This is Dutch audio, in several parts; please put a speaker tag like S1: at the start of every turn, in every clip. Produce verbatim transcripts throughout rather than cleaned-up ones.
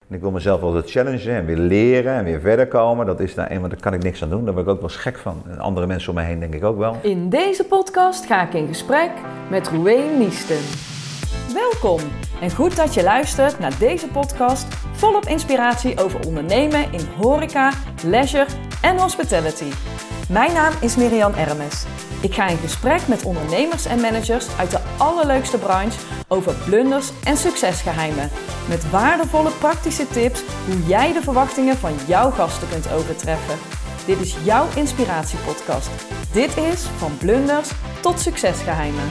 S1: En ik wil mezelf altijd challengen en weer leren en weer verder komen. Dat is daar eenmaal, daar kan ik niks aan doen. Daar word ik ook wel eens gek van. En andere mensen om me heen denk ik ook wel.
S2: In deze podcast ga ik in gesprek met Rouween Niesten. Welkom en goed dat je luistert naar deze podcast volop inspiratie over ondernemen in horeca, leisure en hospitality. Mijn naam is Miriam Ermes. Ik ga in gesprek met ondernemers en managers uit de allerleukste branche over blunders en succesgeheimen. Met waardevolle praktische tips hoe jij de verwachtingen van jouw gasten kunt overtreffen. Dit is jouw inspiratiepodcast. Dit is van blunders tot succesgeheimen.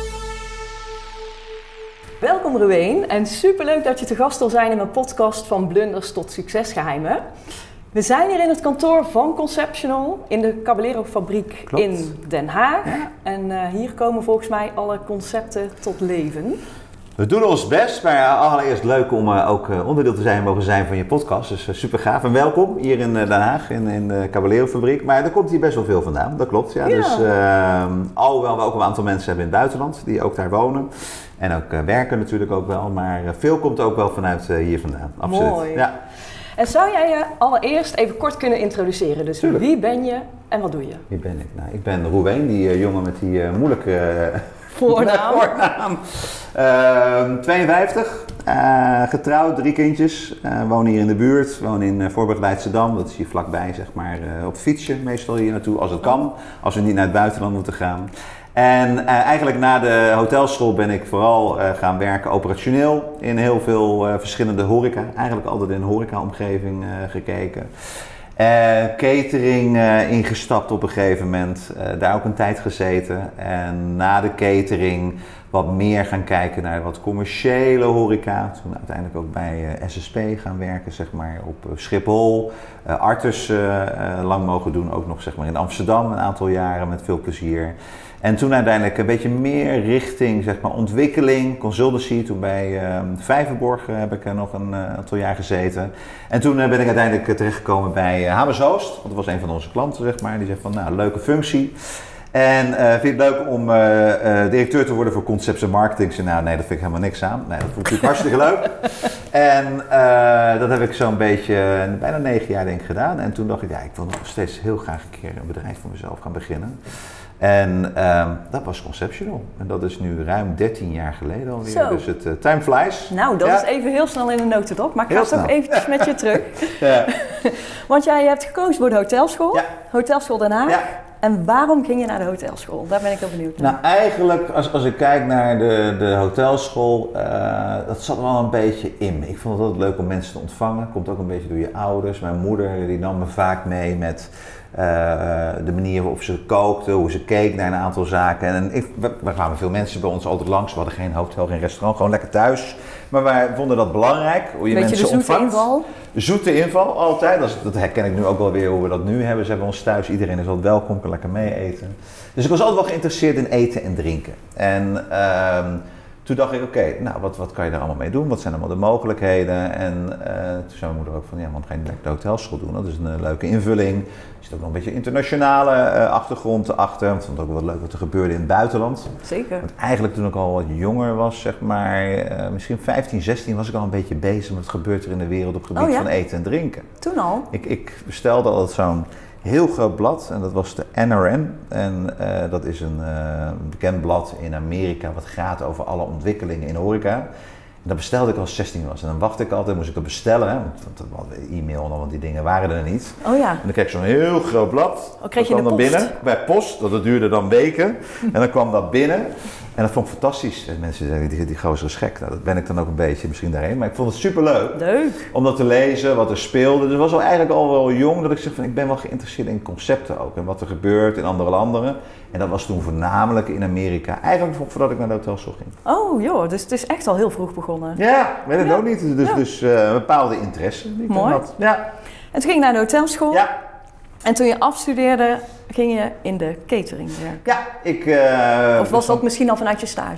S2: Welkom Rouween en superleuk dat je te gast wil zijn in mijn podcast van blunders tot succesgeheimen. We zijn hier in het kantoor van Conceptional in de Caballero fabriek Klopt. in Den Haag. Ja. En uh, hier komen volgens mij alle concepten tot leven.
S1: We doen ons best, maar allereerst leuk om uh, ook uh, onderdeel te zijn mogen zijn van je podcast. Dus uh, super gaaf en welkom hier in uh, Den Haag in, in de Caballero fabriek. Maar er komt hier best wel veel vandaan, dat klopt. Ja. Ja. Dus uh, alhoewel we ook een aantal mensen hebben in het buitenland die ook daar wonen. En ook uh, werken natuurlijk ook wel, maar uh, veel komt ook wel vanuit uh, hier vandaan. Absoluut.
S2: Mooi.
S1: Ja.
S2: En zou jij je allereerst even kort kunnen introduceren? Dus Tuurlijk. Wie ben je en wat doe je?
S1: Wie ben ik? Nou, ik ben Rouween, die uh, jongen met die uh, moeilijke uh,
S2: voornaam.
S1: voornaam. Uh, tweeënvijftig, uh, getrouwd, drie kindjes. Uh, woon hier in de buurt, woon in uh, Voorburg Leidschendam. Dat is hier vlakbij, zeg maar, uh, op fietsje meestal hier naartoe als het kan. Als we niet naar het buitenland moeten gaan. En uh, eigenlijk na de hotelschool ben ik vooral uh, gaan werken operationeel in heel veel uh, verschillende horeca. Eigenlijk altijd in een horeca-omgeving uh, gekeken. Uh, catering uh, ingestapt op een gegeven moment, uh, daar ook een tijd gezeten. En na de catering wat meer gaan kijken naar wat commerciële horeca. Toen uiteindelijk ook bij uh, S S P gaan werken, zeg maar, op uh, Schiphol. Uh, Artus uh, uh, lang mogen doen, ook nog zeg maar in Amsterdam een aantal jaren met veel plezier. En toen uiteindelijk een beetje meer richting zeg maar, ontwikkeling, consultancy. Toen bij uh, Vijverborg uh, heb ik uh, nog een uh, aantal jaar gezeten. En toen uh, ben ik uiteindelijk uh, terechtgekomen bij uh, Hamers Oost. Want dat was een van onze klanten, zeg maar. Die zei van, nou, leuke functie. En uh, vind je het leuk om uh, uh, directeur te worden voor concepts en marketing? Ik zei, nou, nee, dat vind ik helemaal niks aan. Nee, dat vond ik natuurlijk hartstikke leuk. En uh, dat heb ik zo'n beetje, uh, bijna negen jaar denk ik gedaan. En toen dacht ik, ja, ik wil nog steeds heel graag een keer een bedrijf voor mezelf gaan beginnen. En uh, dat was Conceptional. En dat is nu ruim dertien jaar geleden alweer.
S2: Zo.
S1: Dus het uh, time flies.
S2: Nou, dat ja. is even heel snel in de notendop. Maar ik ga toch eventjes met je terug. Ja. Want jij hebt gekozen voor de hotelschool. Ja. Hotelschool Den Haag. Ja. En waarom ging je naar de hotelschool? Daar ben ik wel benieuwd naar.
S1: Nou, eigenlijk als, als ik kijk naar de, de hotelschool, uh, dat zat wel een beetje in me. Ik vond het altijd leuk om mensen te ontvangen. Komt ook een beetje door je ouders. Mijn moeder die nam me vaak mee met uh, de manier waarop ze kookte, hoe ze keek naar een aantal zaken. En ik, we, we kwamen veel mensen bij ons altijd langs. We hadden geen hotel, geen restaurant, gewoon lekker thuis. Maar wij vonden dat belangrijk, hoe je
S2: Beetje
S1: mensen
S2: de zoete
S1: ontvangt.
S2: Inval.
S1: Zoete inval, altijd. Dat, is, dat herken ik nu ook wel weer hoe we dat nu hebben. Ze hebben ons thuis, iedereen is altijd welkom, kan lekker mee eten. Dus ik was altijd wel geïnteresseerd in eten en drinken. En uh, toen dacht ik, oké, okay, nou wat, wat kan je daar allemaal mee doen? Wat zijn allemaal de mogelijkheden? En uh, toen zei mijn moeder ook van, ja, want ga je niet de hotelschool doen? Dat is een uh, leuke invulling. Er zit ook nog een beetje internationale uh, achtergrond achter. Want ik vond het ook wel leuk wat er gebeurde in het buitenland.
S2: Zeker.
S1: Want eigenlijk toen ik al wat jonger was, zeg maar, uh, misschien vijftien, zestien, was ik al een beetje bezig met wat gebeurt er in de wereld op het gebied oh, ja? van eten en drinken.
S2: Toen al?
S1: Ik, ik bestelde altijd zo'n heel groot blad en dat was de N R N. En uh, dat is een uh, bekend blad in Amerika wat gaat over alle ontwikkelingen in horeca. En dat bestelde ik als zestien was. En dan wachtte ik altijd, moest ik dat bestellen. Hè? Want e-mail en al, want die dingen waren er niet.
S2: Oh ja.
S1: En dan kreeg ik zo'n heel groot blad.
S2: Oh, kreeg je
S1: dat kwam
S2: de
S1: dan
S2: post?
S1: binnen, bij post. Dat duurde dan weken. En dan kwam dat binnen. En dat vond ik fantastisch. En mensen zeiden, die, die gozer is gek. Nou, dat ben ik dan ook een beetje misschien daarheen. Maar ik vond het superleuk.
S2: Leuk.
S1: Om dat te lezen, wat er speelde. Dus het was al eigenlijk al wel jong dat ik zeg van, ik ben wel geïnteresseerd in concepten ook. En wat er gebeurt in andere landen. En dat was toen voornamelijk in Amerika. Eigenlijk voordat ik naar de hotelschool ging.
S2: Oh joh, dus het is echt al heel vroeg begonnen.
S1: Ja, weet ik ja. ook niet. Dus,
S2: ja.
S1: dus uh, een bepaalde interesse die ik
S2: Mooi.
S1: had. Ja.
S2: En toen ging je naar de hotelschool.
S1: Ja.
S2: En toen je afstudeerde, ging je in de catering werken.
S1: Ja, ik... Uh,
S2: of was dat misschien al vanuit je stage?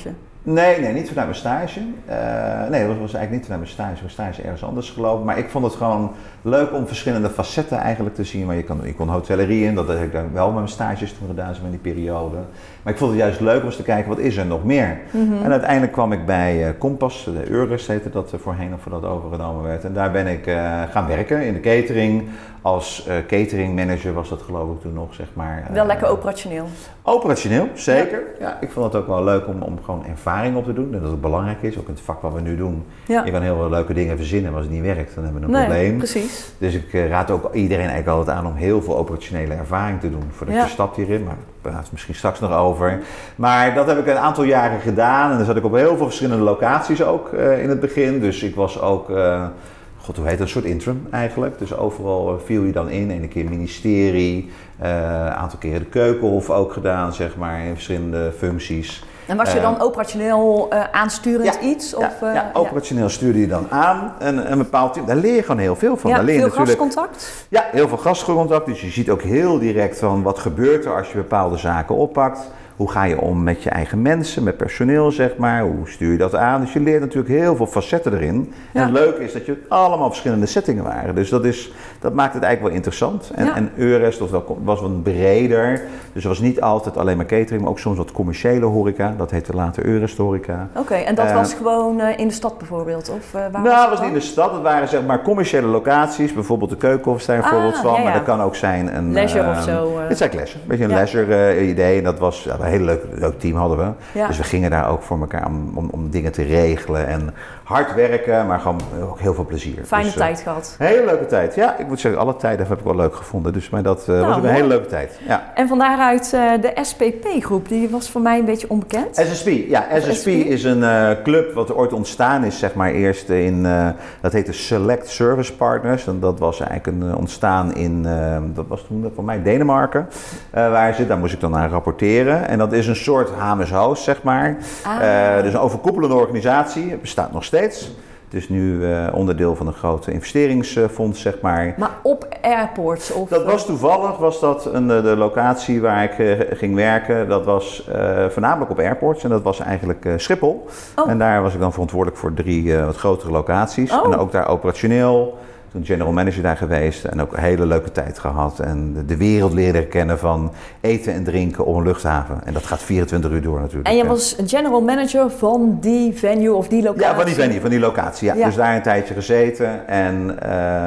S1: Nee, nee, niet vanuit mijn stage. Uh, nee, dat was, was eigenlijk niet vanuit mijn stage. Mijn stage ergens anders gelopen. Maar ik vond het gewoon leuk om verschillende facetten eigenlijk te zien. Maar je, kan, je kon hotellerie in, dat heb ik dan wel met mijn stages toen gedaan, zo in die periode. Maar ik vond het juist leuk om eens te kijken, wat is er nog meer? Mm-hmm. En uiteindelijk kwam ik bij uh, Compass, de Eurus heette dat uh, voorheen, of voordat overgenomen werd. En daar ben ik uh, gaan werken in de catering. Als uh, catering manager was dat geloof ik toen nog, zeg maar.
S2: Wel
S1: uh,
S2: lekker operationeel.
S1: Operationeel, zeker. Ja. Ja, ik vond het ook wel leuk om, om gewoon ervaring op te doen. En dat het belangrijk is, ook in het vak wat we nu doen. Ja. Je kan heel veel leuke dingen verzinnen, maar als het niet werkt, dan hebben we een
S2: nee,
S1: probleem.
S2: Precies.
S1: Dus ik uh, raad ook iedereen eigenlijk altijd aan om heel veel operationele ervaring te doen. Voordat ja. je stapt hierin, maar daar praten we misschien straks nog over. Maar dat heb ik een aantal jaren gedaan. En dan zat ik op heel veel verschillende locaties ook uh, in het begin. Dus ik was ook... Uh, God, hoe heet dat? Een soort interim eigenlijk. Dus overal viel je dan in. Eén keer ministerie, een uh, aantal keren de keukenhof ook gedaan, zeg maar, in verschillende functies.
S2: En was je dan uh, operationeel uh, aansturend
S1: ja,
S2: iets?
S1: Ja,
S2: of, uh,
S1: ja, operationeel ja. stuurde je dan aan en een bepaald team. Daar leer je gewoon heel veel van.
S2: Ja,
S1: daar leer je
S2: veel
S1: natuurlijk,
S2: gastcontact?
S1: Ja, heel veel gastcontact. Dus je ziet ook heel direct van wat gebeurt er als je bepaalde zaken oppakt. Hoe ga je om met je eigen mensen, met personeel zeg maar, hoe stuur je dat aan? Dus je leert natuurlijk heel veel facetten erin. Ja. En het leuke is dat je allemaal verschillende settingen waren. Dus dat, is, dat maakt het eigenlijk wel interessant. En, ja. en Eurest was wat breder, dus er was niet altijd alleen maar catering, maar ook soms wat commerciële horeca. Dat heette later Eurest horeca.
S2: Oké, okay, en dat uh, was gewoon uh, in de stad bijvoorbeeld? Of, uh, waar
S1: nou, het was niet in de stad. Het waren zeg maar commerciële locaties, bijvoorbeeld de Keukenhof is daar een ah, voorbeeld van. Ja, ja. Maar dat kan ook zijn een...
S2: Leisure
S1: uh,
S2: of zo. Uh,
S1: het is eigenlijk leisure, een beetje een ja. leisure uh, idee. En dat was... Ja, een heel leuk, leuk team hadden we. Ja. Dus we gingen daar ook voor elkaar om, om, om dingen te regelen en hard werken, maar gewoon ook heel veel plezier.
S2: Fijne
S1: dus,
S2: tijd
S1: uh,
S2: gehad.
S1: Hele leuke tijd. Ja, ik moet zeggen, alle tijden heb ik wel leuk gevonden. Dus maar dat uh, nou, was ook een hele leuke tijd. Ja.
S2: En van daaruit uh, de S P P-groep, die was voor mij een beetje onbekend.
S1: S S P, ja. S S P is een uh, club wat ooit ontstaan is, zeg maar, eerst in, uh, dat heette Select Service Partners. En dat was eigenlijk een uh, ontstaan in, uh, dat was toen voor mij Denemarken, uh, waar ze, daar moest ik dan aan rapporteren. En dat is een soort Hamershouse, zeg maar. Ah. Uh, dus een overkoepelende organisatie, het bestaat nog steeds. Het is nu uh, onderdeel van een groot investeringsfonds, zeg maar.
S2: Maar op airports? Of
S1: dat was toevallig, was dat een, de locatie waar ik uh, ging werken. Dat was uh, voornamelijk op airports en dat was eigenlijk uh, Schiphol. Oh. En daar was ik dan verantwoordelijk voor drie uh, wat grotere locaties. Oh. En ook daar operationeel. Toen general manager daar geweest en ook een hele leuke tijd gehad. En de, de wereld leren kennen van eten en drinken op een luchthaven. En dat gaat vierentwintig uur door natuurlijk.
S2: En je was general manager van die venue of die locatie?
S1: Ja, van die venue, van die locatie. Ja. Ja. Dus daar een tijdje gezeten. En, um,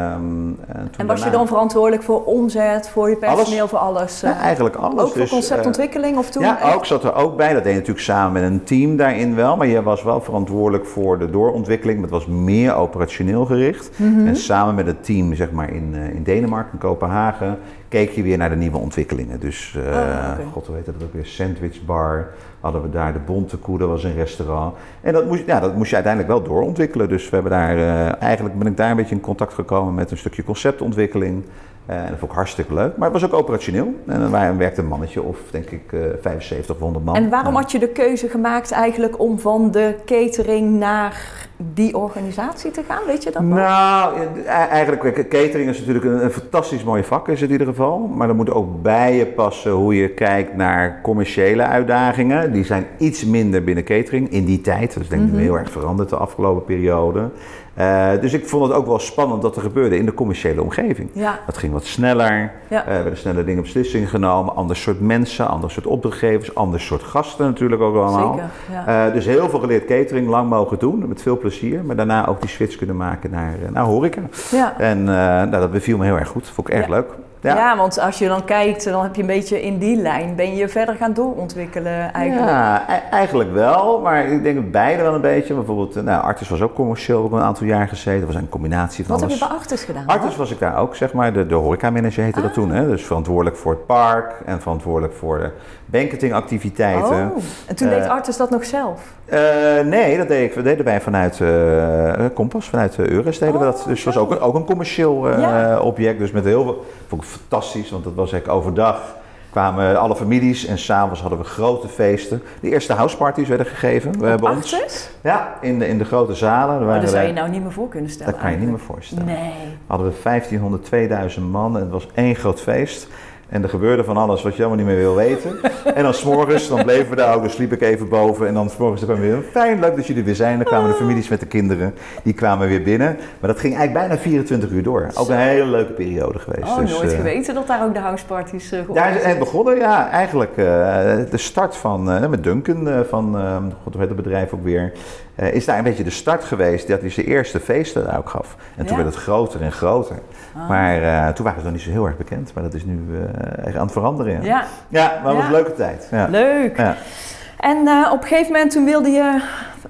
S1: en, toen
S2: en was
S1: daarna...
S2: je dan verantwoordelijk voor omzet, voor je personeel,
S1: alles.
S2: voor alles?
S1: Ja, eigenlijk alles.
S2: Ook voor dus, conceptontwikkeling uh, of toen?
S1: Ja, ook zat er ook bij. Dat deed je natuurlijk samen met een team daarin wel. Maar je was wel verantwoordelijk voor de doorontwikkeling. Maar het was meer operationeel gericht. Mm-hmm. En samen met het team, zeg maar in, uh, in Denemarken, in Kopenhagen, keek je weer naar de nieuwe ontwikkelingen. Dus, uh, oh, okay. god, hoe heet dat ook weer? Sandwich bar hadden we daar, de Bonte Koe, dat was een restaurant. En dat moest, ja, dat moest je uiteindelijk wel doorontwikkelen. Dus we hebben daar, uh, eigenlijk ben ik daar een beetje in contact gekomen met een stukje conceptontwikkeling. Uh, en dat vond ik hartstikke leuk. Maar het was ook operationeel. En dan werkte een mannetje of denk ik uh, vijfenzeventig of honderd man.
S2: En waarom
S1: nou.
S2: had je de keuze gemaakt eigenlijk om van de catering naar die organisatie te gaan? Weet je dat nog?
S1: Nou, eigenlijk, catering is natuurlijk een, een fantastisch mooi vak is het in ieder geval. Maar er moet ook bij je passen hoe je kijkt naar commerciële uitdagingen. Die zijn iets minder binnen catering in die tijd. Dat is denk ik mm-hmm. heel erg veranderd de afgelopen periode. Uh, dus ik vond het ook wel spannend dat er gebeurde in de commerciële omgeving. Ja. Het ging wat sneller, ja. uh, er werden sneller dingen beslissingen genomen, ander soort mensen, ander soort opdrachtgevers, ander soort gasten natuurlijk ook allemaal.
S2: Zeker, ja.
S1: uh, dus heel veel geleerd catering, lang mogen doen, met veel plezier, maar daarna ook die switch kunnen maken naar, naar horeca. Ja. En uh, nou, dat beviel me heel erg goed, vond ik erg ja. leuk.
S2: Ja. ja, want als je dan kijkt, dan heb je een beetje in die lijn, ben je verder gaan doorontwikkelen eigenlijk?
S1: Ja, e- eigenlijk wel, maar ik denk dat beide wel een beetje. Bijvoorbeeld, nou, Artis was ook commercieel, ook een aantal jaar gezeten. Dat was een combinatie van
S2: Wat
S1: alles.
S2: heb je bij Artis gedaan?
S1: Artis was ik daar ook, zeg maar, de, de horecamanager heette ah. dat toen. Hè? Dus verantwoordelijk voor het park en verantwoordelijk voor de banquetingactiviteiten.
S2: Oh, en toen uh, deed Artis dat nog zelf?
S1: Uh, nee, dat, deed ik, dat deden wij vanuit uh, Compass, vanuit uh, Eurus deden oh, we dat. Dus het was ook een, ook een commercieel uh, ja. object, dus met heel veel, vond ik fantastisch, want dat was eigenlijk overdag kwamen alle families en s'avonds hadden we grote feesten. De eerste houseparties werden gegeven. We hebben ons, ja, in de, in de grote zalen.
S2: Maar dat zou je nou niet meer voor kunnen stellen.
S1: Dat kan je niet meer voorstellen.
S2: Nee.
S1: Hadden we vijftienhonderd, tweeduizend man en het was één groot feest. En er gebeurde van alles wat je helemaal niet meer wil weten. En dan 's morgens, dan bleven we daar ook, dan sliep ik even boven. En dan 's morgens kwamen we weer, fijn, leuk dat jullie weer zijn. Dan kwamen de families met de kinderen, die kwamen weer binnen. Maar dat ging eigenlijk bijna vierentwintig uur door. Ook een hele leuke periode geweest.
S2: Oh,
S1: dus,
S2: nooit
S1: uh,
S2: geweten dat daar ook de houseparties uh,
S1: Daar is het begonnen, ja. Eigenlijk uh, de start van, uh, met Duncan, uh, van, uh, god, hoe heet het bedrijf ook weer. Uh, is daar een beetje de start geweest dat hij zijn eerste feesten daar ook gaf. En toen
S2: ja.
S1: werd het groter en groter. Ah. Maar uh, toen waren ze nog niet zo heel erg bekend. Maar dat is nu uh, echt aan het veranderen. Ja,
S2: ja.
S1: ja maar het was
S2: ja.
S1: een leuke tijd. Ja.
S2: Leuk.
S1: Ja.
S2: En uh, op een gegeven moment toen wilde je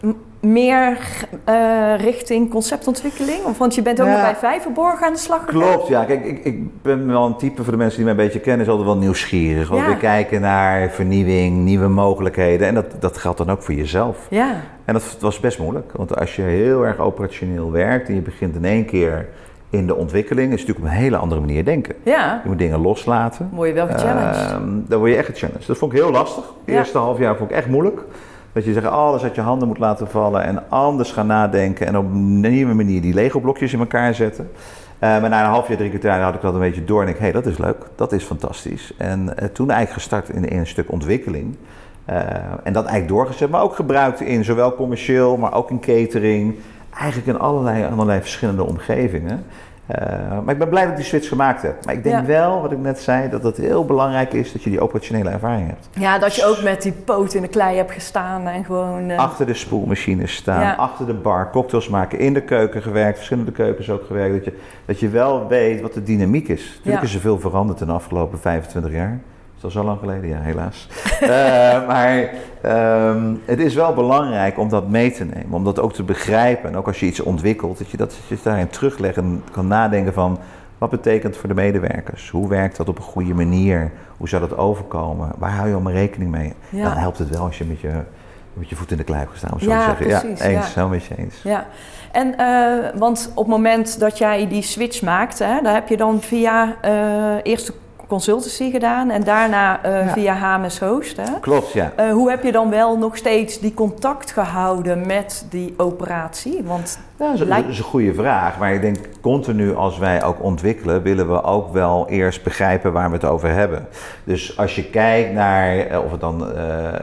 S2: meer uh, richting conceptontwikkeling? Of, want je bent ook ja. nog bij Vijverborg aan de slag gegaan.
S1: Klopt, ja. Kijk, ik, ik ben wel een type, voor de mensen die mij een beetje kennen, is altijd wel nieuwsgierig. Want ja. we kijken naar vernieuwing, nieuwe mogelijkheden. En dat, dat geldt dan ook voor jezelf.
S2: Ja.
S1: En dat was best moeilijk. Want als je heel erg operationeel werkt en je begint in één keer in de ontwikkeling, is het natuurlijk op een hele andere manier denken.
S2: Ja.
S1: Je moet dingen loslaten.
S2: Word je wel gechallenged.
S1: Uh, dan word je echt gechallenged. Dat vond ik heel lastig. Het
S2: ja.
S1: eerste half jaar vond ik echt moeilijk. Dat je zegt, alles uit je handen moet laten vallen en anders gaan nadenken en op een nieuwe manier die Lego-blokjes in elkaar zetten. Uh, maar na een half jaar, drie keer had ik dat een beetje door en ik, hé, hey, dat is leuk, dat is fantastisch. En uh, toen eigenlijk gestart in, in een stuk ontwikkeling. Uh, en dat eigenlijk doorgezet, maar ook gebruikt in zowel commercieel, maar ook in catering. Eigenlijk in allerlei, allerlei verschillende omgevingen. Uh, maar ik ben blij dat ik die switch gemaakt heb. Maar ik denk ja. wel, wat ik net zei, dat het heel belangrijk is dat je die operationele ervaring hebt.
S2: Ja, dat je ook met die poot in de klei hebt gestaan en gewoon... Uh...
S1: Achter de spoelmachines staan, ja. achter de bar, cocktails maken, in de keuken gewerkt, verschillende keukens ook gewerkt. Dat je, dat je wel weet wat de dynamiek is. Natuurlijk ja. is er veel veranderd in de afgelopen vijfentwintig jaar. Is dat zo lang geleden? Ja, helaas. uh, maar um, het is wel belangrijk om dat mee te nemen, om dat ook te begrijpen. En ook als je iets ontwikkelt, dat je dat je daarin teruglegt en kan nadenken van, wat betekent het voor de medewerkers? Hoe werkt dat op een goede manier? Hoe zou dat overkomen? Waar hou je allemaal rekening mee? Ja. Dan helpt het wel als je met je, met je voet in de klei hebt gestaan, om zo
S2: ja,
S1: te zeggen.
S2: Precies,
S1: ja, eens,
S2: ja.
S1: zo met je eens.
S2: Ja. En, uh, want op het moment dat jij die switch maakt, hè, daar heb je dan via uh, eerst de consultancy gedaan en daarna uh, ja. via H M S Host. Hè?
S1: Klopt, ja.
S2: Uh, hoe heb je dan wel nog steeds die contact gehouden met die operatie? Want
S1: ja, dat, is, lijkt... dat is een goede vraag. Maar ik denk continu als wij ook ontwikkelen, willen we ook wel eerst begrijpen waar we het over hebben. Dus als je kijkt naar, of het dan uh,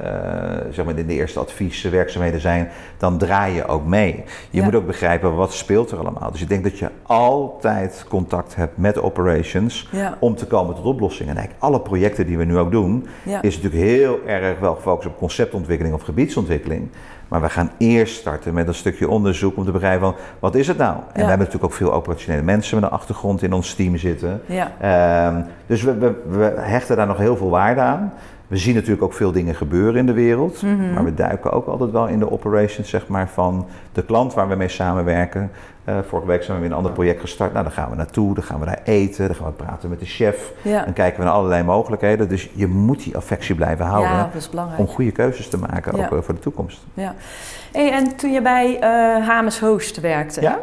S1: zeg maar in de eerste advieswerkzaamheden zijn, dan draai je ook mee. Je ja. moet ook begrijpen wat speelt er allemaal. Dus ik denk dat je altijd contact hebt met operations ja. om te komen tot oplossingen. En eigenlijk alle projecten die we nu ook doen, ja. is natuurlijk heel erg wel gefocust op conceptontwikkeling of gebiedsontwikkeling. Maar we gaan eerst starten met een stukje onderzoek om te begrijpen van, wat is het nou? En ja. we hebben natuurlijk ook veel operationele mensen met een achtergrond in ons team zitten. Ja. Um, dus we, we, we hechten daar nog heel veel waarde aan. We zien natuurlijk ook veel dingen gebeuren in de wereld. Mm-hmm. Maar we duiken ook altijd wel in de operations zeg maar, van de klant waar we mee samenwerken. Uh, vorige week zijn we weer een ander project gestart. Nou, dan gaan we naartoe, dan gaan we daar eten, dan gaan we praten met de chef. Ja. Dan kijken we naar allerlei mogelijkheden. Dus je moet die affectie blijven houden.
S2: Ja, dat is belangrijk.
S1: Om goede keuzes te maken,
S2: ja.
S1: ook uh, voor de toekomst.
S2: Ja. Hey, en toen je bij uh, H M S Host werkte,
S1: ja?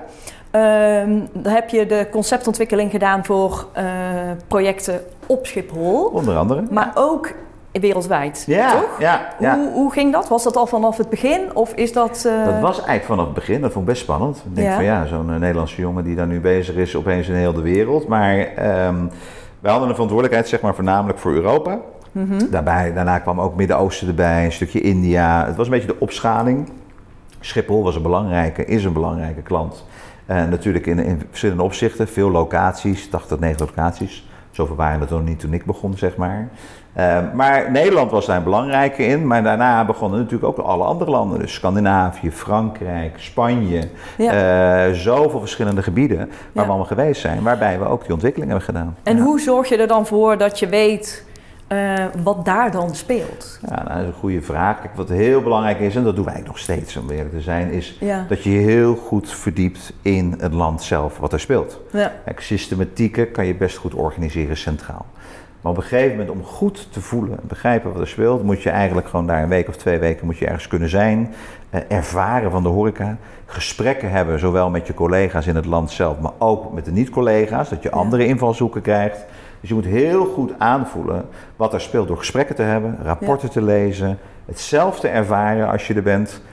S2: uh, dan heb je de conceptontwikkeling gedaan voor uh, projecten op Schiphol.
S1: Onder andere.
S2: Maar ook wereldwijd,
S1: ja,
S2: toch?
S1: Ja, ja.
S2: Hoe, hoe ging dat? Was dat al vanaf het begin of is dat... Uh...
S1: Dat was eigenlijk vanaf het begin, dat vond ik best spannend. Ik denk ja. van ja, zo'n uh, Nederlandse jongen die daar nu bezig is, opeens in heel de wereld. Maar um, wij hadden een verantwoordelijkheid zeg maar voornamelijk voor Europa. Mm-hmm. Daarbij, daarna kwam ook Midden-Oosten erbij, een stukje India. Het was een beetje de opschaling. Schiphol was een belangrijke, is een belangrijke klant. Uh, natuurlijk in, in verschillende opzichten, veel locaties, tachtig, negentig locaties. Zoveel waren het nog niet toen ik begon, zeg maar. Uh, maar Nederland was daar een belangrijke in, maar daarna begonnen natuurlijk ook alle andere landen. Dus Scandinavië, Frankrijk, Spanje, ja. uh, zoveel verschillende gebieden waar ja. we allemaal geweest zijn, waarbij we ook die ontwikkeling hebben gedaan.
S2: En
S1: ja.
S2: hoe zorg je er dan voor dat je weet uh, wat daar dan speelt?
S1: Ja, nou, dat is een goede vraag. Kijk, wat heel belangrijk is, en dat doen wij nog steeds om eerlijk te zijn, is ja. dat je je heel goed verdiept in het land zelf wat er speelt. Ja. Kijk, systematieken kan je best goed organiseren centraal. Maar op een gegeven moment, om goed te voelen en begrijpen wat er speelt, moet je eigenlijk gewoon daar een week of twee weken moet je ergens kunnen zijn. Eh, ervaren van de horeca. Gesprekken hebben, zowel met je collega's in het land zelf, maar ook met de niet-collega's. Dat je ja. andere invalshoeken krijgt. Dus je moet heel goed aanvoelen wat er speelt door gesprekken te hebben, rapporten ja. te lezen. Het zelf te ervaren als je er bent.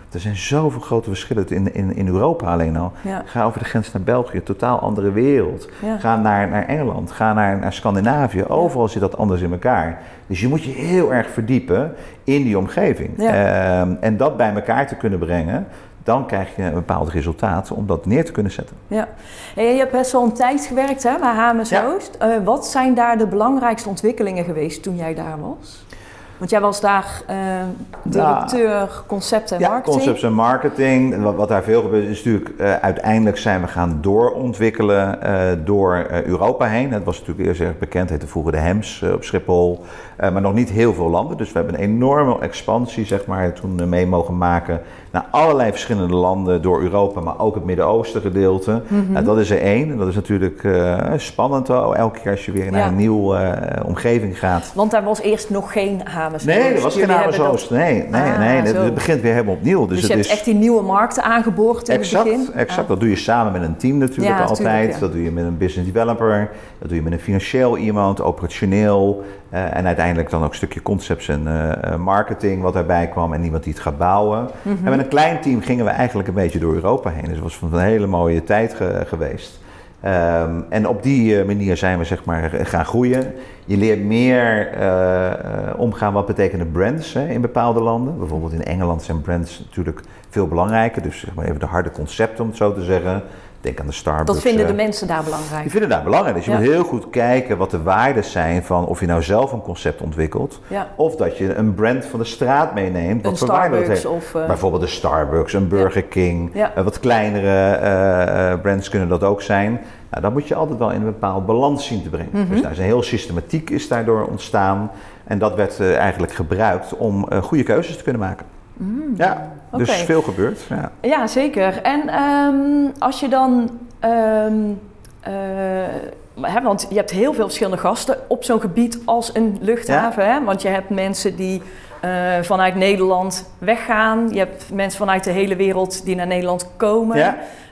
S1: Er zijn zoveel grote verschillen in, in, in Europa alleen al. Ja. Ga over de grens naar België, totaal andere wereld. Ja. Ga naar, naar Engeland, ga naar, naar Scandinavië. Overal ja. zit dat anders in elkaar. Dus je moet je heel erg verdiepen in die omgeving. Ja. Um, en dat bij elkaar te kunnen brengen, dan krijg je een bepaald resultaat om dat neer te kunnen zetten.
S2: Ja. En je hebt best wel een tijd gewerkt hè, bij H M S Hoost. Ja. Uh, wat zijn daar de belangrijkste ontwikkelingen geweest toen jij daar was? Want jij was daar uh, directeur ja. concept en
S1: ja,
S2: marketing.
S1: Ja, concepts en marketing. Wat, wat daar veel gebeurt is natuurlijk, uh, uiteindelijk zijn we gaan doorontwikkelen uh, door uh, Europa heen. Het was natuurlijk eerst erg bekend, heette vroeger de H E M S uh, op Schiphol. Uh, maar nog niet heel veel landen. Dus we hebben een enorme expansie zeg maar, toen uh, mee mogen maken naar allerlei verschillende landen door Europa, maar ook het Midden-Oosten gedeelte. Mm-hmm. Uh, dat is er één. En dat is natuurlijk uh, spannend oh, elke keer als je weer ja. naar een nieuwe uh, omgeving gaat.
S2: Want daar was eerst nog geen H M S Hoost.
S1: Nee, er was geen H M S Hoost. Dat... Nee, nee, ah, nee. Het begint weer helemaal opnieuw.
S2: Dus, dus je hebt is... echt die nieuwe markten aangeboord in
S1: exact,
S2: het begin?
S1: Exact, ah. Dat doe je samen met een team natuurlijk ja, altijd. Tuurlijk, ja. Dat doe je met een business developer. Dat doe je met een financieel iemand, operationeel. Uh, en uiteindelijk dan ook een stukje concepts en uh, marketing wat daarbij kwam en iemand die het gaat bouwen. Mm-hmm. En met een klein team gingen we eigenlijk een beetje door Europa heen. Dus het was een hele mooie tijd ge- geweest. Um, en op die uh, manier zijn we zeg maar gaan groeien. Je leert meer uh, uh, omgaan wat betekenen brands hè, in bepaalde landen. Bijvoorbeeld in Engeland zijn brands natuurlijk veel belangrijker. Dus zeg maar even de harde concepten om het zo te zeggen. Denk aan de Starbucks.
S2: Dat vinden de mensen daar belangrijk.
S1: Die vinden daar belangrijk. Dus je ja. moet heel goed kijken wat de waarden zijn van of je nou zelf een concept ontwikkelt. Ja. Of dat je een brand van de straat meeneemt. Wat voor waarde dat heeft. Of, uh... Bijvoorbeeld de Starbucks, een Burger ja. King. Ja. Uh, wat kleinere uh, brands kunnen dat ook zijn. Nou, dat moet je altijd wel in een bepaald balans zien te brengen. Mm-hmm. Dus daar is een heel systematiek is daardoor ontstaan. En dat werd uh, eigenlijk gebruikt om uh, goede keuzes te kunnen maken. Mm. Ja, dus okay. veel gebeurt. Ja,
S2: ja zeker. En um, als je dan... Um, uh, hè, want je hebt heel veel verschillende gasten op zo'n gebied als een luchthaven. Ja. Hè? Want je hebt mensen die uh, vanuit Nederland weggaan. Je hebt mensen vanuit de hele wereld die naar Nederland komen. Ja.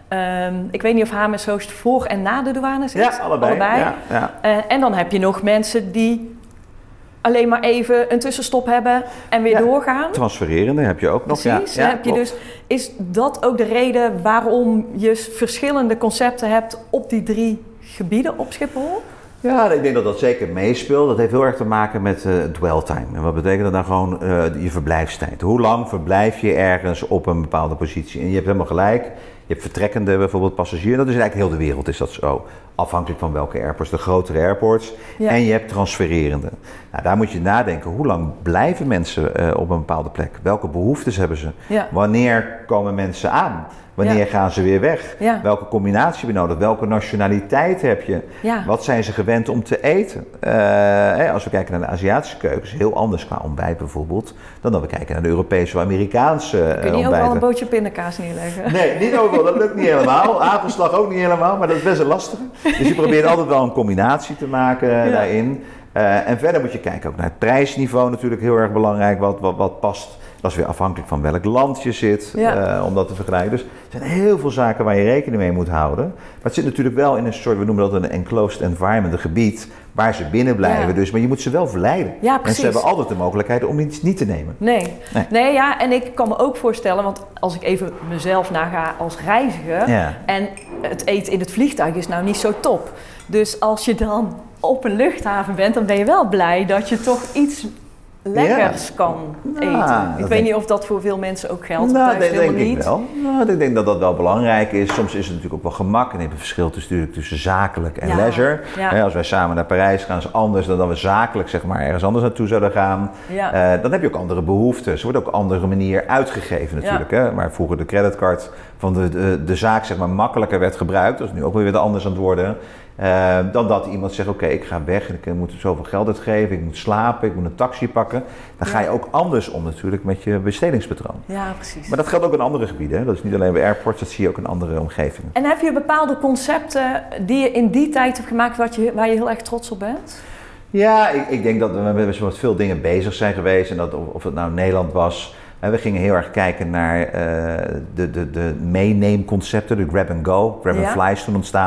S2: Um, ik weet niet of H M S Hoost voor en na de douane zit.
S1: Ja, allebei. allebei. Ja, ja.
S2: Uh, en dan heb je nog mensen die... alleen maar even een tussenstop hebben en weer ja, doorgaan.
S1: Transfererende heb je ook nog.
S2: Precies,
S1: ja, ja,
S2: heb je dus, is dat ook de reden waarom je verschillende concepten hebt op die drie gebieden op Schiphol?
S1: Ja, ik denk dat dat zeker meespeelt. Dat heeft heel erg te maken met uh, dwell time. En wat betekent dat dan gewoon uh, je verblijfstijd? Hoe lang verblijf je ergens op een bepaalde positie? En je hebt helemaal gelijk. Je hebt vertrekkende bijvoorbeeld passagiers. Dat is eigenlijk heel de wereld is dat zo. Afhankelijk van welke airports, de grotere airports. Ja. En je hebt transfererende. Nou, daar moet je nadenken. Hoe lang blijven mensen uh, op een bepaalde plek? Welke behoeftes hebben ze? Ja. Wanneer komen mensen aan? Wanneer ja. gaan ze weer weg? Ja. Welke combinatie heb je nodig? Welke nationaliteit heb je? Ja. Wat zijn ze gewend om te eten? Uh, als we kijken naar de Aziatische keukens, heel anders qua ontbijt bijvoorbeeld, dan dat we kijken naar de Europese of Amerikaanse uh,
S2: ontbijten. Kun je niet overal een bootje pindakaas neerleggen?
S1: Nee, niet overal. Dat lukt niet helemaal. Avondslag ook niet helemaal, maar dat is best een lastige. Dus je probeert altijd wel een combinatie te maken ja. daarin. Uh, en verder moet je kijken ook naar het prijsniveau natuurlijk heel erg belangrijk. Wat, wat, wat past. Dat is weer afhankelijk van welk land je zit, ja. uh, om dat te vergelijken. Dus er zijn heel veel zaken waar je rekening mee moet houden. Maar het zit natuurlijk wel in een soort, we noemen dat een enclosed environment, een gebied waar ze binnen blijven. Ja. Dus, maar je moet ze wel verleiden.
S2: Ja,
S1: mensen hebben altijd de mogelijkheid om iets niet te nemen.
S2: Nee. nee, nee, ja, en ik kan me ook voorstellen, want als ik even mezelf naga als reiziger, ja. en het eten in het vliegtuig is nou niet zo top. Dus als je dan op een luchthaven bent, dan ben je wel blij dat je toch iets lekkers ja. kan eten. Ja, ik weet denk... niet of dat voor veel mensen ook geldt.
S1: Nou, dat denk ik niet. wel. Nou, ik denk dat dat wel belangrijk is. Soms is het natuurlijk ook wel gemak. En je hebt een verschil tussen, tussen zakelijk en ja. leisure. Ja. He, als wij samen naar Parijs gaan, is het anders dan dat we zakelijk zeg maar, ergens anders naartoe zouden gaan. Ja. Uh, dan heb je ook andere behoeften. Ze wordt ook op een andere manier uitgegeven natuurlijk. Ja. Hè? Maar vroeger de creditcard van de, de, de zaak zeg maar, makkelijker werd gebruikt. Dat is nu ook weer anders aan het worden. Uh, dan dat iemand zegt, oké, okay, ik ga weg, ik moet zoveel geld uitgeven, ik moet slapen, ik moet een taxi pakken. Dan ja. ga je ook anders om natuurlijk met je bestedingspatroon.
S2: Ja, precies.
S1: Maar dat geldt ook in andere gebieden. Hè? Dat is niet alleen bij airports, dat zie je ook in andere omgevingen.
S2: En heb je bepaalde concepten die je in die tijd hebt gemaakt wat je, waar je heel erg trots op bent?
S1: Ja, ik, ik denk dat we met veel dingen bezig zijn geweest. En dat of, of het nou Nederland was. En we gingen heel erg kijken naar uh, de, de, de meeneemconcepten, de grab and go, grab and fly is toen ontstaan.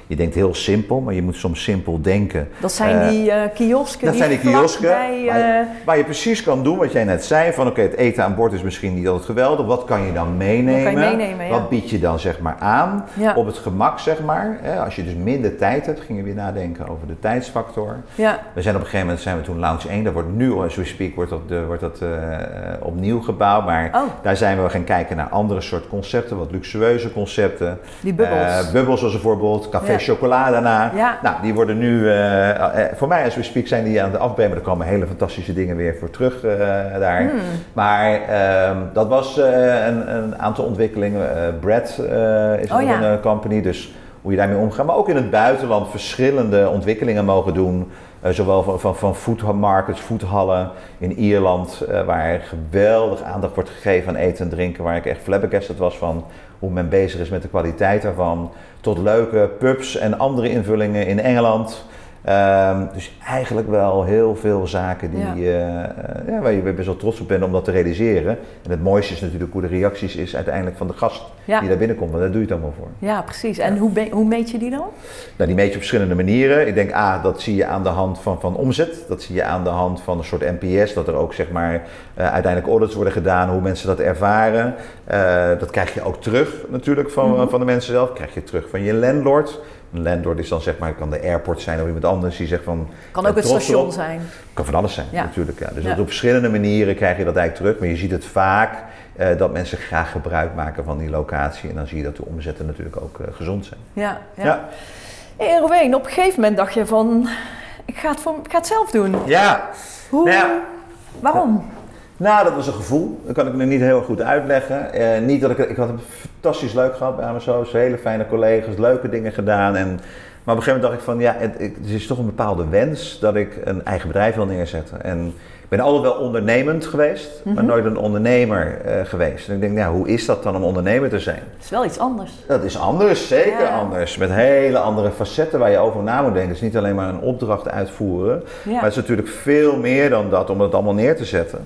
S1: je denkt heel simpel, maar je moet soms simpel denken.
S2: Dat zijn
S1: Uh,
S2: die uh, kiosken
S1: dat
S2: die
S1: zijn die kiosken
S2: bij, uh...
S1: waar, je, waar je precies kan doen wat jij net zei. Van oké, okay, het eten aan boord is misschien niet altijd geweldig. Wat kan je dan meenemen?
S2: Wat, kan je meenemen, ja.
S1: Wat bied je dan zeg maar aan?
S2: Ja.
S1: Op het gemak zeg maar. Hè, als je dus minder tijd hebt, gingen we weer nadenken over de tijdsfactor.
S2: Ja.
S1: We zijn op een gegeven moment zijn we toen Lounge één. Daar wordt nu, as we speak, wordt dat, de, wordt dat uh, opnieuw gebouwd. Maar oh. daar zijn we gaan kijken naar andere soort concepten, wat luxueuze concepten.
S2: Die bubbels.
S1: Uh, bubbels als bijvoorbeeld café ja. chocola daarna. Ja. Nou, die worden nu, uh, uh, voor mij as we speak zijn die aan de afbreken. Er komen hele fantastische dingen weer voor terug uh, daar. Hmm. Maar uh, dat was uh, een, een aantal ontwikkelingen. Uh, Bread uh, is oh, ook ja. een uh, company, dus hoe je daarmee omgaat. Maar ook in het buitenland verschillende ontwikkelingen mogen doen. Uh, zowel van, van, van food markets, foodhallen in Ierland, uh, waar geweldig aandacht wordt gegeven aan eten en drinken. Waar ik echt flabbergasted was van hoe men bezig is met de kwaliteit daarvan. Tot leuke pubs en andere invullingen in Engeland. Um, dus eigenlijk wel heel veel zaken die, ja. Uh, ja, waar je best wel trots op bent om dat te realiseren. En het mooiste is natuurlijk hoe de reacties is uiteindelijk van de gast ja. die daar binnenkomt. Want daar doe je het allemaal voor.
S2: Ja, precies. En hoe, be- hoe meet je die dan?
S1: Nou, die meet je op verschillende manieren. Ik denk, A, dat zie je aan de hand van, van omzet. Dat zie je aan de hand van een soort N P S. Dat er ook zeg maar uh, uiteindelijk audits worden gedaan. Hoe mensen dat ervaren. Uh, dat krijg je ook terug natuurlijk van, mm-hmm. van de mensen zelf. Dat krijg je terug van je landlord. Een landlord is dan zeg maar, kan de airport zijn of iemand anders die zegt van...
S2: Kan ook het station zijn.
S1: Kan van alles zijn, ja. natuurlijk. Ja. Dus ja. dat op verschillende manieren krijg je dat eigenlijk terug. Maar je ziet het vaak uh, dat mensen graag gebruik maken van die locatie. En dan zie je dat de omzetten natuurlijk ook uh, gezond zijn.
S2: Ja, ja. ja. Hey, Rowein, op een gegeven moment dacht je van... Ik ga het, voor, ik ga het zelf doen.
S1: Ja.
S2: Hoe?
S1: Nou ja.
S2: Waarom?
S1: Nou, dat was een gevoel. Dat kan ik me niet heel goed uitleggen. Uh, niet dat ik, ik had het fantastisch leuk gehad bij Amazo's, hele fijne collega's, leuke dingen gedaan. En, maar op een gegeven moment dacht ik van, ja, het, het is toch een bepaalde wens dat ik een eigen bedrijf wil neerzetten. En ik ben altijd wel ondernemend geweest, mm-hmm. maar nooit een ondernemer uh, geweest. En ik denk, nou, hoe is dat dan om ondernemer te zijn?
S2: Dat is wel iets anders.
S1: Dat is anders, zeker ja. anders. Met hele andere facetten waar je over na moet denken. Het is niet alleen maar een opdracht uitvoeren, ja. maar het is natuurlijk veel meer dan dat om het allemaal neer te zetten.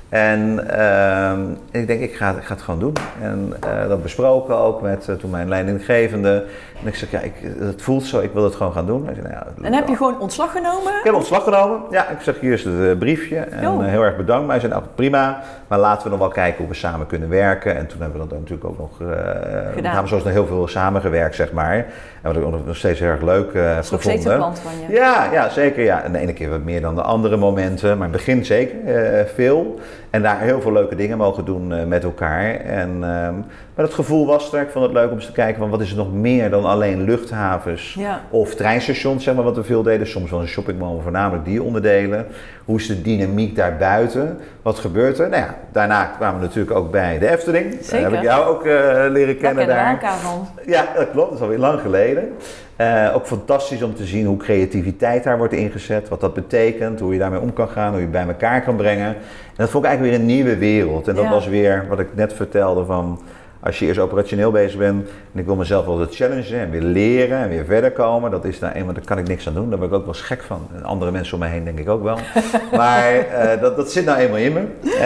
S1: En uh, ik denk, ik ga, ik ga het gewoon doen. En uh, dat besproken ook met uh, toen mijn leidinggevende. En ik zeg, ja, ik, het voelt zo, ik wil het gewoon gaan doen. En, zei, nou ja,
S2: en heb je gewoon ontslag genomen?
S1: Ik heb ontslag genomen. Ja, ik zeg, hier is het uh, briefje. En uh, heel erg bedankt. Maar hij zei, nou prima. Maar laten we nog wel kijken hoe we samen kunnen werken. En toen hebben we dat natuurlijk ook nog... Uh, gedaan. Hebben we zoals nog heel veel samengewerkt, zeg maar. En wat ik nog steeds heel erg leuk uh,
S2: dat is nog
S1: gevonden.
S2: Steeds een klant van je?
S1: Ja, ja, zeker. Ja. En de ene keer wat meer dan de andere momenten. Maar in het begin zeker uh, veel. En daar heel veel leuke dingen mogen doen uh, met elkaar. En, um, maar het gevoel was er. Ik vond het leuk om eens te kijken van wat is er nog meer dan alleen luchthavens ja. of treinstations, zeg maar, wat we veel deden. Soms wel een shoppingmall, maar voornamelijk die onderdelen. Hoe is de dynamiek daarbuiten? Wat gebeurt er? Nou ja, daarna kwamen we natuurlijk ook bij de Efteling.
S2: Zeker.
S1: Daar heb ik jou ook uh, leren kennen daar.
S2: Daar kennen we elkaar van.
S1: Ja, dat klopt. Dat is alweer lang geleden. Uh, ook fantastisch om te zien hoe creativiteit daar wordt ingezet, wat dat betekent, hoe je daarmee om kan gaan, hoe je bij elkaar kan brengen. En dat vond ik eigenlijk weer een nieuwe wereld. En dat ja. was weer wat ik net vertelde van, als je eerst operationeel bezig bent en ik wil mezelf wel wat challengen en weer leren en weer verder komen, dat is daar eenmaal, daar kan ik niks aan doen, daar ben ik ook wel eens gek van. En andere mensen om me heen denk ik ook wel. Maar uh, dat, dat zit nou eenmaal in me.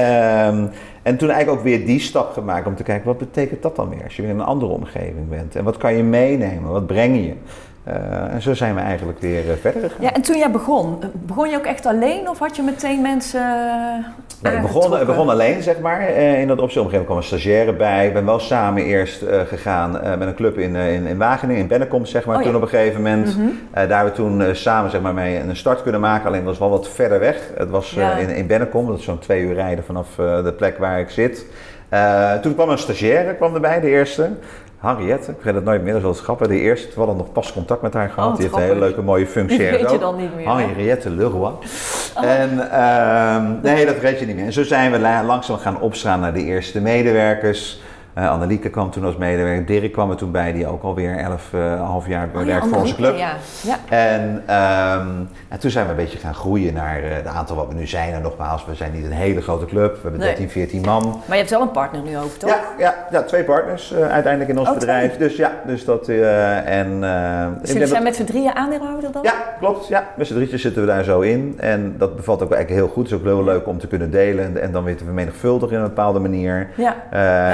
S1: Um, En toen eigenlijk ook weer die stap gemaakt om te kijken, wat betekent dat dan weer als je weer in een andere omgeving bent? En wat kan je meenemen? Wat breng je? Uh, en zo zijn we eigenlijk weer uh, verder gegaan.
S2: Ja, en toen jij begon, begon je ook echt alleen of had je meteen mensen uh,
S1: nee, ik begon, ik begon alleen, zeg maar. Uh, in dat opzicht, op een gegeven moment kwam een stagiaire bij. Ik ben wel samen eerst uh, gegaan uh, met een club in, uh, in, in Wageningen, in Bennekom, zeg maar. Oh, toen ja. op een gegeven moment. Mm-hmm. Uh, daar hebben we toen uh, samen zeg maar, mee een start kunnen maken. Alleen dat was wel wat verder weg. Het was uh, ja. in, in Bennekom, dat is zo'n twee uur rijden vanaf uh, de plek waar ik zit. Uh, toen kwam een stagiaire kwam erbij, de eerste. Henriette, ik weet het nooit meer, dat is wel grappig. De eerste, we hadden nog pas contact met haar gehad. Oh, die heeft grappig. Een hele leuke mooie functie.
S2: Die vergeet je dan niet meer.
S1: Henriette Leroy. Oh. En uh, nee, dat vergeet je niet meer. En zo zijn we la- langzaam gaan opstaan naar de eerste medewerkers. Uh, Annelieke kwam toen als medewerker. Dirk kwam er toen bij, die ook alweer elf, uh, half jaar oh, werkt ja, voor onze club. Ja. Ja. En, um, en toen zijn we een beetje gaan groeien naar uh, het aantal wat we nu zijn. En nogmaals, we zijn niet een hele grote club. We hebben dertien, veertien man.
S2: Maar je hebt wel een partner nu ook, toch?
S1: Ja, ja, ja twee partners uh, uiteindelijk in ons oh, bedrijf. Twee. Dus ja, dus dat... Uh, en, uh,
S2: dus jullie zijn dat... met z'n drieën aandeelhouder dan?
S1: Ja, klopt. Ja, met z'n drietjes zitten we daar zo in. En dat bevalt ook eigenlijk heel goed. Het is ook heel leuk om te kunnen delen. En, en dan weer te vermenigvuldigen in een bepaalde manier.
S2: Ja. Uh, Heb je dan
S1: en,
S2: ook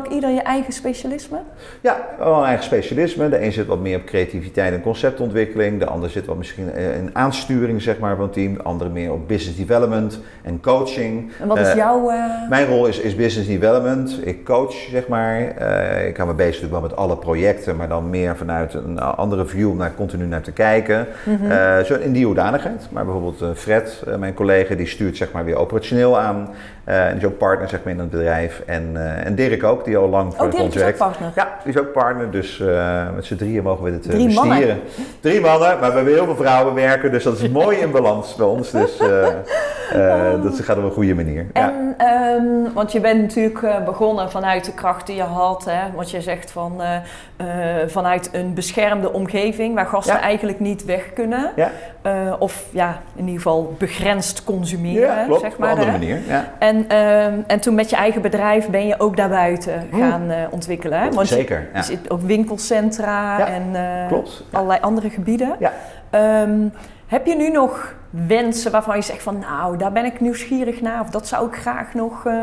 S2: ook ieder je eigen specialisme?
S1: Ja, wel een eigen specialisme. De een zit wat meer op creativiteit en conceptontwikkeling. De ander zit wat misschien in aansturing zeg maar, van het team. De andere meer op business development en coaching.
S2: En wat is uh, jouw... Uh...
S1: Mijn rol is, is business development. Ik coach, zeg maar. Uh, ik hou me bezig natuurlijk wel met alle projecten, maar dan meer vanuit een andere view om daar continu naar te kijken. Mm-hmm. Uh, zo in die hoedanigheid. Maar bijvoorbeeld uh, Fred, uh, mijn collega, die stuurt zeg maar weer operationeel aan. Uh, en die is ook partner zeg maar, in het bedrijf. En, uh, en Dirk ook, die al lang voor
S2: oh,
S1: ons werkt.
S2: Ook partner.
S1: Ja, die is ook partner. Dus uh, met z'n drieën mogen we dit uh,
S2: Drie
S1: bestieren.
S2: Mannen.
S1: Drie mannen, maar we hebben heel veel vrouwen werken. Dus dat is mooi in balans bij ons. Dus uh, uh, dat gaat op een goede manier.
S2: En, ja. um, want je bent natuurlijk uh, begonnen vanuit de kracht die je had. Hè? Want je zegt van, uh, uh, vanuit een beschermde omgeving waar gasten ja. eigenlijk niet weg kunnen. Ja. Uh, of ja, in ieder geval begrensd consumeren.
S1: Ja, klopt,
S2: zeg maar,
S1: op een andere
S2: hè?
S1: manier. Ja.
S2: En, uh, en toen met je eigen bedrijf ben je ook daarbuiten gaan uh, ontwikkelen. Hè? Want
S1: Zeker.
S2: Je,
S1: ja.
S2: je zit ook winkelcentra ja, en uh,
S1: klopt, ja.
S2: allerlei andere gebieden.
S1: Ja.
S2: Um, heb je nu nog wensen waarvan je zegt van nou, daar ben ik nieuwsgierig naar of dat zou ik graag nog... Uh,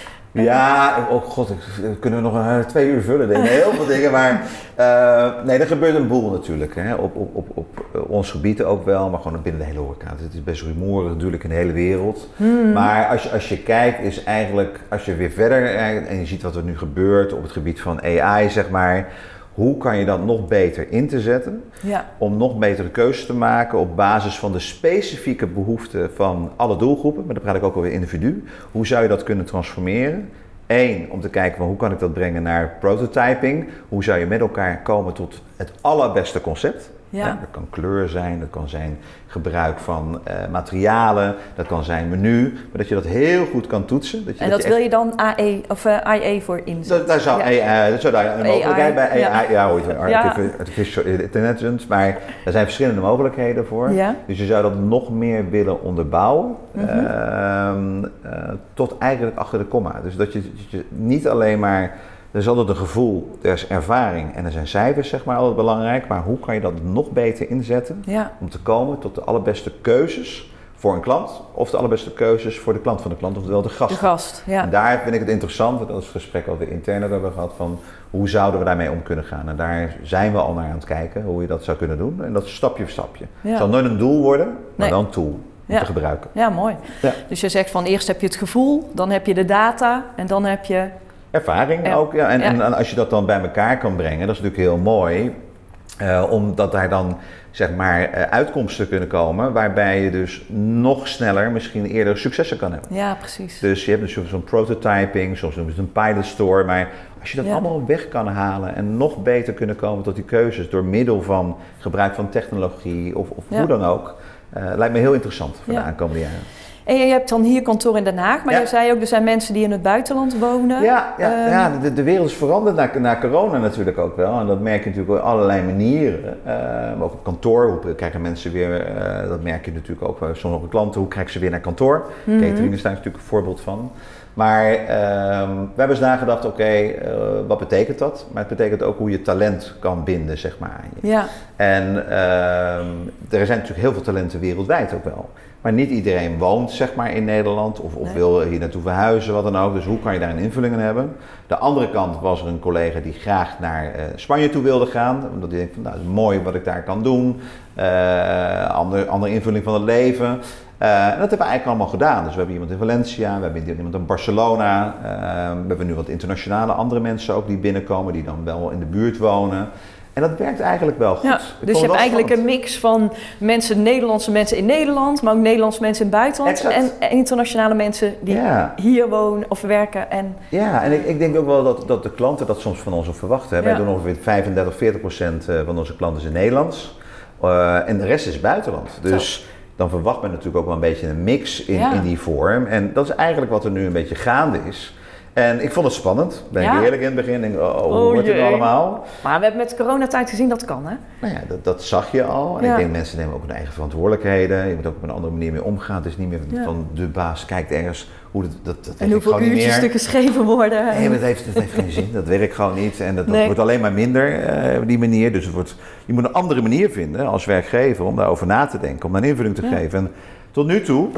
S1: Ja, oh god, kunnen we nog een, twee uur vullen, denk ik. Heel veel dingen, maar uh, nee, er gebeurt een boel natuurlijk, hè. Op, op, op, op ons gebied ook wel, maar gewoon binnen de hele horeca. Het is best rumoerig natuurlijk in de hele wereld, hmm. maar als je, als je kijkt is eigenlijk, als je weer verder, en je ziet wat er nu gebeurt op het gebied van A I, zeg maar, hoe kan je dat nog beter in te zetten ja. om nog betere keuzes te maken op basis van de specifieke behoeften van alle doelgroepen, maar dan praat ik ook over individu. Hoe zou je dat kunnen transformeren? Eén, om te kijken van hoe kan ik dat brengen naar prototyping? Hoe zou je met elkaar komen tot het allerbeste concept? Ja. Ja, dat kan kleur zijn, dat kan zijn gebruik van uh, materialen, dat kan zijn menu, maar dat je dat heel goed kan toetsen. Dat je,
S2: en
S1: dat
S2: dat
S1: je
S2: wil je dan A I of uh, I A voor inzetten?
S1: Dat, daar zou, ja. A I, dat zou daar een mogelijkheid bij A I, ja, ja hoor, artificial ja. intelligence, maar er zijn verschillende mogelijkheden voor. Ja. Dus je zou dat nog meer willen onderbouwen, mm-hmm. uh, uh, tot eigenlijk achter de komma. Dus dat je, dat je niet alleen maar... Er is altijd een gevoel, er is ervaring en er zijn cijfers zeg maar altijd belangrijk, maar hoe kan je dat nog beter inzetten ja. om te komen tot de allerbeste keuzes voor een klant of de allerbeste keuzes voor de klant van de klant, oftewel de gast.
S2: De gast, ja.
S1: En daar vind ik het interessant, dat is het gesprek ook weer intern dat we hebben gehad, van hoe zouden we daarmee om kunnen gaan. En daar zijn we al naar aan het kijken, hoe je dat zou kunnen doen en dat is stapje voor stapje. Ja. Het zal nooit een doel worden, maar nee. wel een tool. Om
S2: ja.
S1: te gebruiken.
S2: Ja, mooi. Ja. Dus je zegt van eerst heb je het gevoel, dan heb je de data en dan heb je...
S1: Ervaring ja. ook, ja. En, ja. en als je dat dan bij elkaar kan brengen, dat is natuurlijk heel mooi. Uh, omdat daar dan zeg maar uh, uitkomsten kunnen komen waarbij je dus nog sneller misschien eerder successen kan hebben.
S2: Ja, precies.
S1: Dus je hebt dus zo'n prototyping, soms noemen ze het een pilot store, maar als je dat ja. allemaal weg kan halen en nog beter kunnen komen tot die keuzes door middel van gebruik van technologie of, of ja. hoe dan ook, uh, lijkt me heel interessant voor ja. de aankomende jaren.
S2: En je hebt dan hier kantoor in Den Haag, maar ja. je zei ook, er zijn mensen die in het buitenland wonen.
S1: Ja, ja, um, ja de, de wereld is veranderd na, na corona natuurlijk ook wel. En dat merk je natuurlijk op allerlei manieren. Uh, ook op kantoor, hoe krijgen mensen weer, uh, dat merk je natuurlijk ook bij sommige klanten, hoe krijgen ze weer naar kantoor. Mm-hmm. Catering is daar natuurlijk een voorbeeld van. Maar uh, we hebben eens nagedacht, oké, okay, uh, wat betekent dat? Maar het betekent ook hoe je talent kan binden, zeg maar.
S2: Ja.
S1: En uh, er zijn natuurlijk heel veel talenten wereldwijd ook wel. Maar niet iedereen woont zeg maar in Nederland of, of nee. wil hier naartoe verhuizen, wat dan ook. Dus hoe kan je daar een invulling in hebben? De andere kant was er een collega die graag naar uh, Spanje toe wilde gaan. Omdat hij denkt van, nou, het is mooi wat ik daar kan doen. Uh, andere, andere invulling van het leven. Uh, en dat hebben we eigenlijk allemaal gedaan. Dus we hebben iemand in Valencia, we hebben iemand in Barcelona. Uh, we hebben nu wat internationale andere mensen ook die binnenkomen, die dan wel in de buurt wonen. En dat werkt eigenlijk wel goed.
S2: Ja, dus je hebt eigenlijk spannend. Een mix van mensen, Nederlandse mensen in Nederland, maar ook Nederlandse mensen in het buitenland. Exact. En internationale mensen die ja. hier wonen of werken. En...
S1: Ja, en ik, ik denk ook wel dat, dat de klanten dat soms van ons ook verwachten. Ja. Wij doen ongeveer vijfendertig, veertig procent van onze klanten is in Nederlands. Uh, en de rest is buitenland. Dus Zo. dan verwacht men natuurlijk ook wel een beetje een mix in, ja. in die vorm. En dat is eigenlijk wat er nu een beetje gaande is. En ik vond het spannend, ben ja. ik eerlijk in het begin. Denk, oh, hoe oh, wordt het allemaal?
S2: Maar we hebben met coronatijd gezien dat het kan, hè?
S1: Nou ja, dat, dat zag je al. En ja. ik denk, mensen nemen ook hun eigen verantwoordelijkheden. Je moet ook op een andere manier mee omgaan. Het is niet meer ja. van de baas kijkt ergens hoe dat, dat, dat
S2: en hoeveel uurtjes er geschreven worden.
S1: Nee, dat heeft, dat heeft geen zin. Dat werkt gewoon niet. En dat, dat nee. wordt alleen maar minder uh, op die manier. Dus het wordt, je moet een andere manier vinden als werkgever om daarover na te denken. Om daar een invulling te ja. geven. En tot nu toe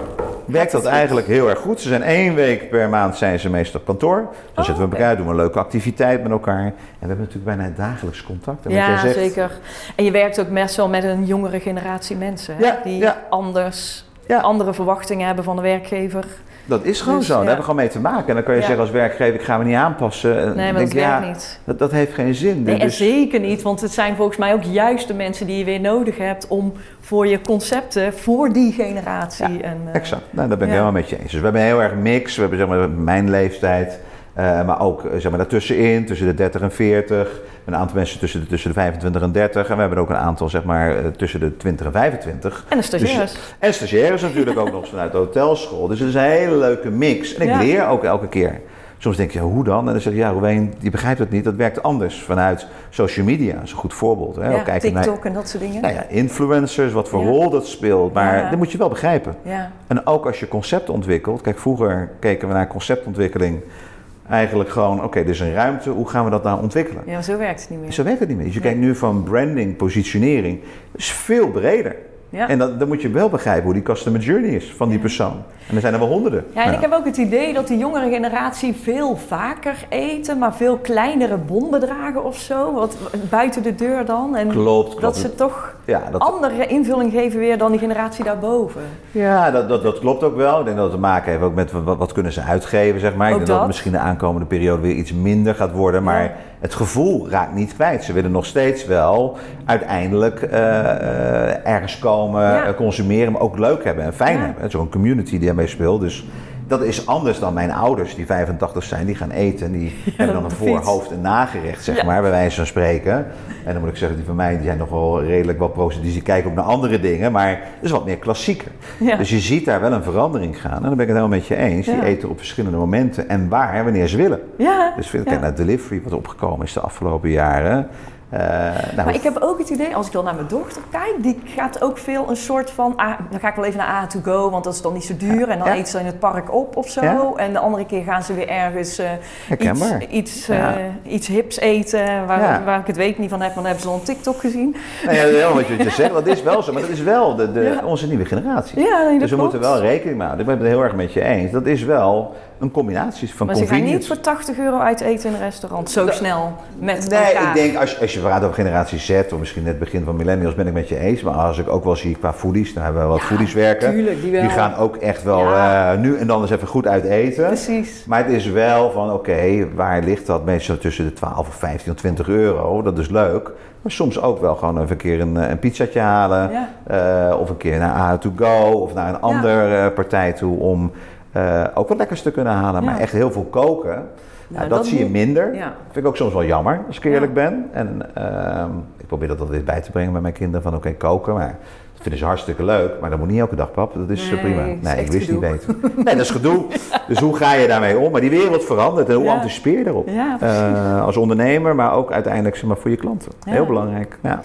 S1: werkt dat eigenlijk heel erg goed. Ze zijn één week per maand zijn ze meestal op kantoor. Dan
S2: oh,
S1: zitten we bij
S2: okay.
S1: elkaar, doen we een leuke activiteit met elkaar. En we hebben natuurlijk bijna dagelijks contact. En
S2: ja,
S1: zegt,
S2: zeker. En je werkt ook best wel met een jongere generatie mensen. Hè?
S1: Ja,
S2: die
S1: ja.
S2: anders,
S1: ja.
S2: andere verwachtingen hebben van de werkgever.
S1: Dat is gewoon
S2: dus,
S1: zo, daar
S2: ja.
S1: hebben we gewoon mee te maken. En dan kan je
S2: ja.
S1: zeggen als werkgever, ik ga me niet aanpassen.
S2: Nee, maar
S1: denk,
S2: dat werkt
S1: ja,
S2: niet.
S1: Dat, dat heeft geen zin.
S2: Nee,
S1: dus...
S2: en zeker niet, want het zijn volgens mij ook juist de mensen die je weer nodig hebt om voor je concepten, voor die generatie.
S1: Ja,
S2: en, uh,
S1: exact, nou, daar ben ik
S2: ja.
S1: helemaal met je eens. Dus we hebben heel erg mix, we hebben zeg maar mijn leeftijd, uh, maar ook zeg maar daartussenin, tussen de dertig en veertig. Een aantal mensen tussen de, tussen de vijfentwintig en dertig. En we hebben ook een aantal zeg maar tussen de twintig en vijfentwintig.
S2: En de stagiaires.
S1: Dus, en stagiaires natuurlijk ook nog vanuit de hotelschool. Dus het is een hele leuke mix. En ik
S2: ja.
S1: leer ook elke keer. Soms denk je, hoe dan? En dan zeg je, ja, Roeween, die begrijpt het niet. Dat werkt anders vanuit social media. Dat is een goed voorbeeld. Hè?
S2: Ja,
S1: kijken
S2: TikTok
S1: naar,
S2: en dat soort dingen.
S1: nou ja, influencers, wat voor
S2: ja.
S1: rol dat speelt. Maar
S2: ja.
S1: dat moet je wel begrijpen.
S2: Ja.
S1: En ook als je concept ontwikkelt. Kijk, vroeger keken we naar conceptontwikkeling. Eigenlijk gewoon, oké, okay, er is een ruimte. Hoe gaan we dat nou ontwikkelen?
S2: Ja, zo werkt het niet meer.
S1: Zo werkt het niet meer. Dus je
S2: nee.
S1: kijkt nu van branding, positionering. Dat is veel breder.
S2: Ja.
S1: En dan, dan moet je wel begrijpen hoe die customer journey is van die
S2: ja.
S1: persoon. En er zijn er wel honderden.
S2: Ja, en
S1: nou.
S2: ik heb ook het idee dat de jongere generatie veel vaker eten, maar veel kleinere bonbedragen of zo. Wat, buiten de deur dan. En
S1: klopt, klopt.
S2: dat ze toch
S1: ja, dat...
S2: andere invulling geven weer dan die generatie daarboven.
S1: Ja, dat, dat, dat klopt ook wel. Ik denk dat het te maken heeft ook met wat, wat kunnen ze uitgeven, zeg maar. Ik
S2: ook
S1: denk dat.
S2: dat
S1: het misschien de aankomende periode weer iets minder gaat worden. Maar ja. het gevoel raakt niet kwijt. Ze willen nog steeds wel uiteindelijk uh, uh, ergens komen, ja. uh, consumeren, maar ook leuk hebben en fijn ja. hebben. Het is ook een community die daarmee speelt. Dus dat is anders dan mijn ouders die vijfentachtig zijn, die gaan eten en die ja, hebben dan een voorhoofd en nagerecht, zeg ja. maar, bij wijze van spreken. En dan moet ik zeggen, die van mij die zijn nog wel redelijk wel procedures, die kijken ook naar andere dingen, maar het is wat meer klassieker. Ja. Dus je ziet daar wel een verandering gaan en dan ben ik het helemaal met je eens. Ja. Die eten op verschillende momenten en waar, wanneer ze willen.
S2: Ja.
S1: Dus kijk
S2: ja.
S1: naar delivery wat opgekomen is de afgelopen jaren. Uh, nou,
S2: maar ik heb ook het idee, als ik dan naar mijn dochter kijk, die gaat ook veel een soort van, ah, dan ga ik wel even naar A to go, want dat is dan niet zo duur. Ja. En dan ja. eet ze in het park op of zo. Ja. En de andere keer gaan ze weer ergens uh, iets, iets, ja. uh, iets hips eten, waar, ja. waar ik het weet niet van heb, want dan hebben ze al een TikTok gezien.
S1: Nou ja, ja, wat je zegt, dat is wel zo, maar dat is wel de, de, ja. onze nieuwe generatie.
S2: Ja, nee,
S1: dus we
S2: klopt.
S1: moeten wel rekening mee houden. Ik ben het heel erg met je eens. Dat is wel een combinatie van
S2: maar
S1: convenience.
S2: Maar ze gaan niet voor tachtig euro uit eten in een restaurant, zo
S1: dat,
S2: snel met
S1: nee,
S2: elkaar.
S1: Ik denk, als, als je praat over generatie Z, of misschien net begin van millennials, ben ik met je eens. Maar als ik ook wel zie qua foodies, dan hebben we wat
S2: ja,
S1: foodies werken.
S2: Tuurlijk, die, wel.
S1: die gaan ook echt wel
S2: ja.
S1: uh, nu en dan eens even goed uit eten.
S2: Precies.
S1: Maar het is wel van, oké, okay, waar ligt dat? Meestal tussen de twaalf of vijftien of twintig euro. Dat is leuk. Maar soms ook wel gewoon even een keer een, een pizzatje halen. Ja. Uh, of een keer naar A to go of naar een andere ja. partij toe om uh, ook wat lekkers te kunnen halen. Ja. Maar echt heel veel koken, nou, nou, dat, dat zie je minder. Ja. Vind ik ook soms wel jammer, als ik eerlijk ja. ben. En uh, ik probeer dat altijd bij te brengen met mijn kinderen van oké, okay, koken. Maar dat vinden ze hartstikke leuk, maar dat moet niet elke dag, pap. Dat is nee, prima. Nee, is ik wist gedoe. niet beter. Nee, dat is gedoe. Dus hoe ga je daarmee om? Maar die wereld verandert en hoe ja. anticipeer je daarop?
S2: Ja,
S1: uh, als ondernemer, maar ook uiteindelijk zeg maar, voor je klanten. Ja. Heel belangrijk. Ja.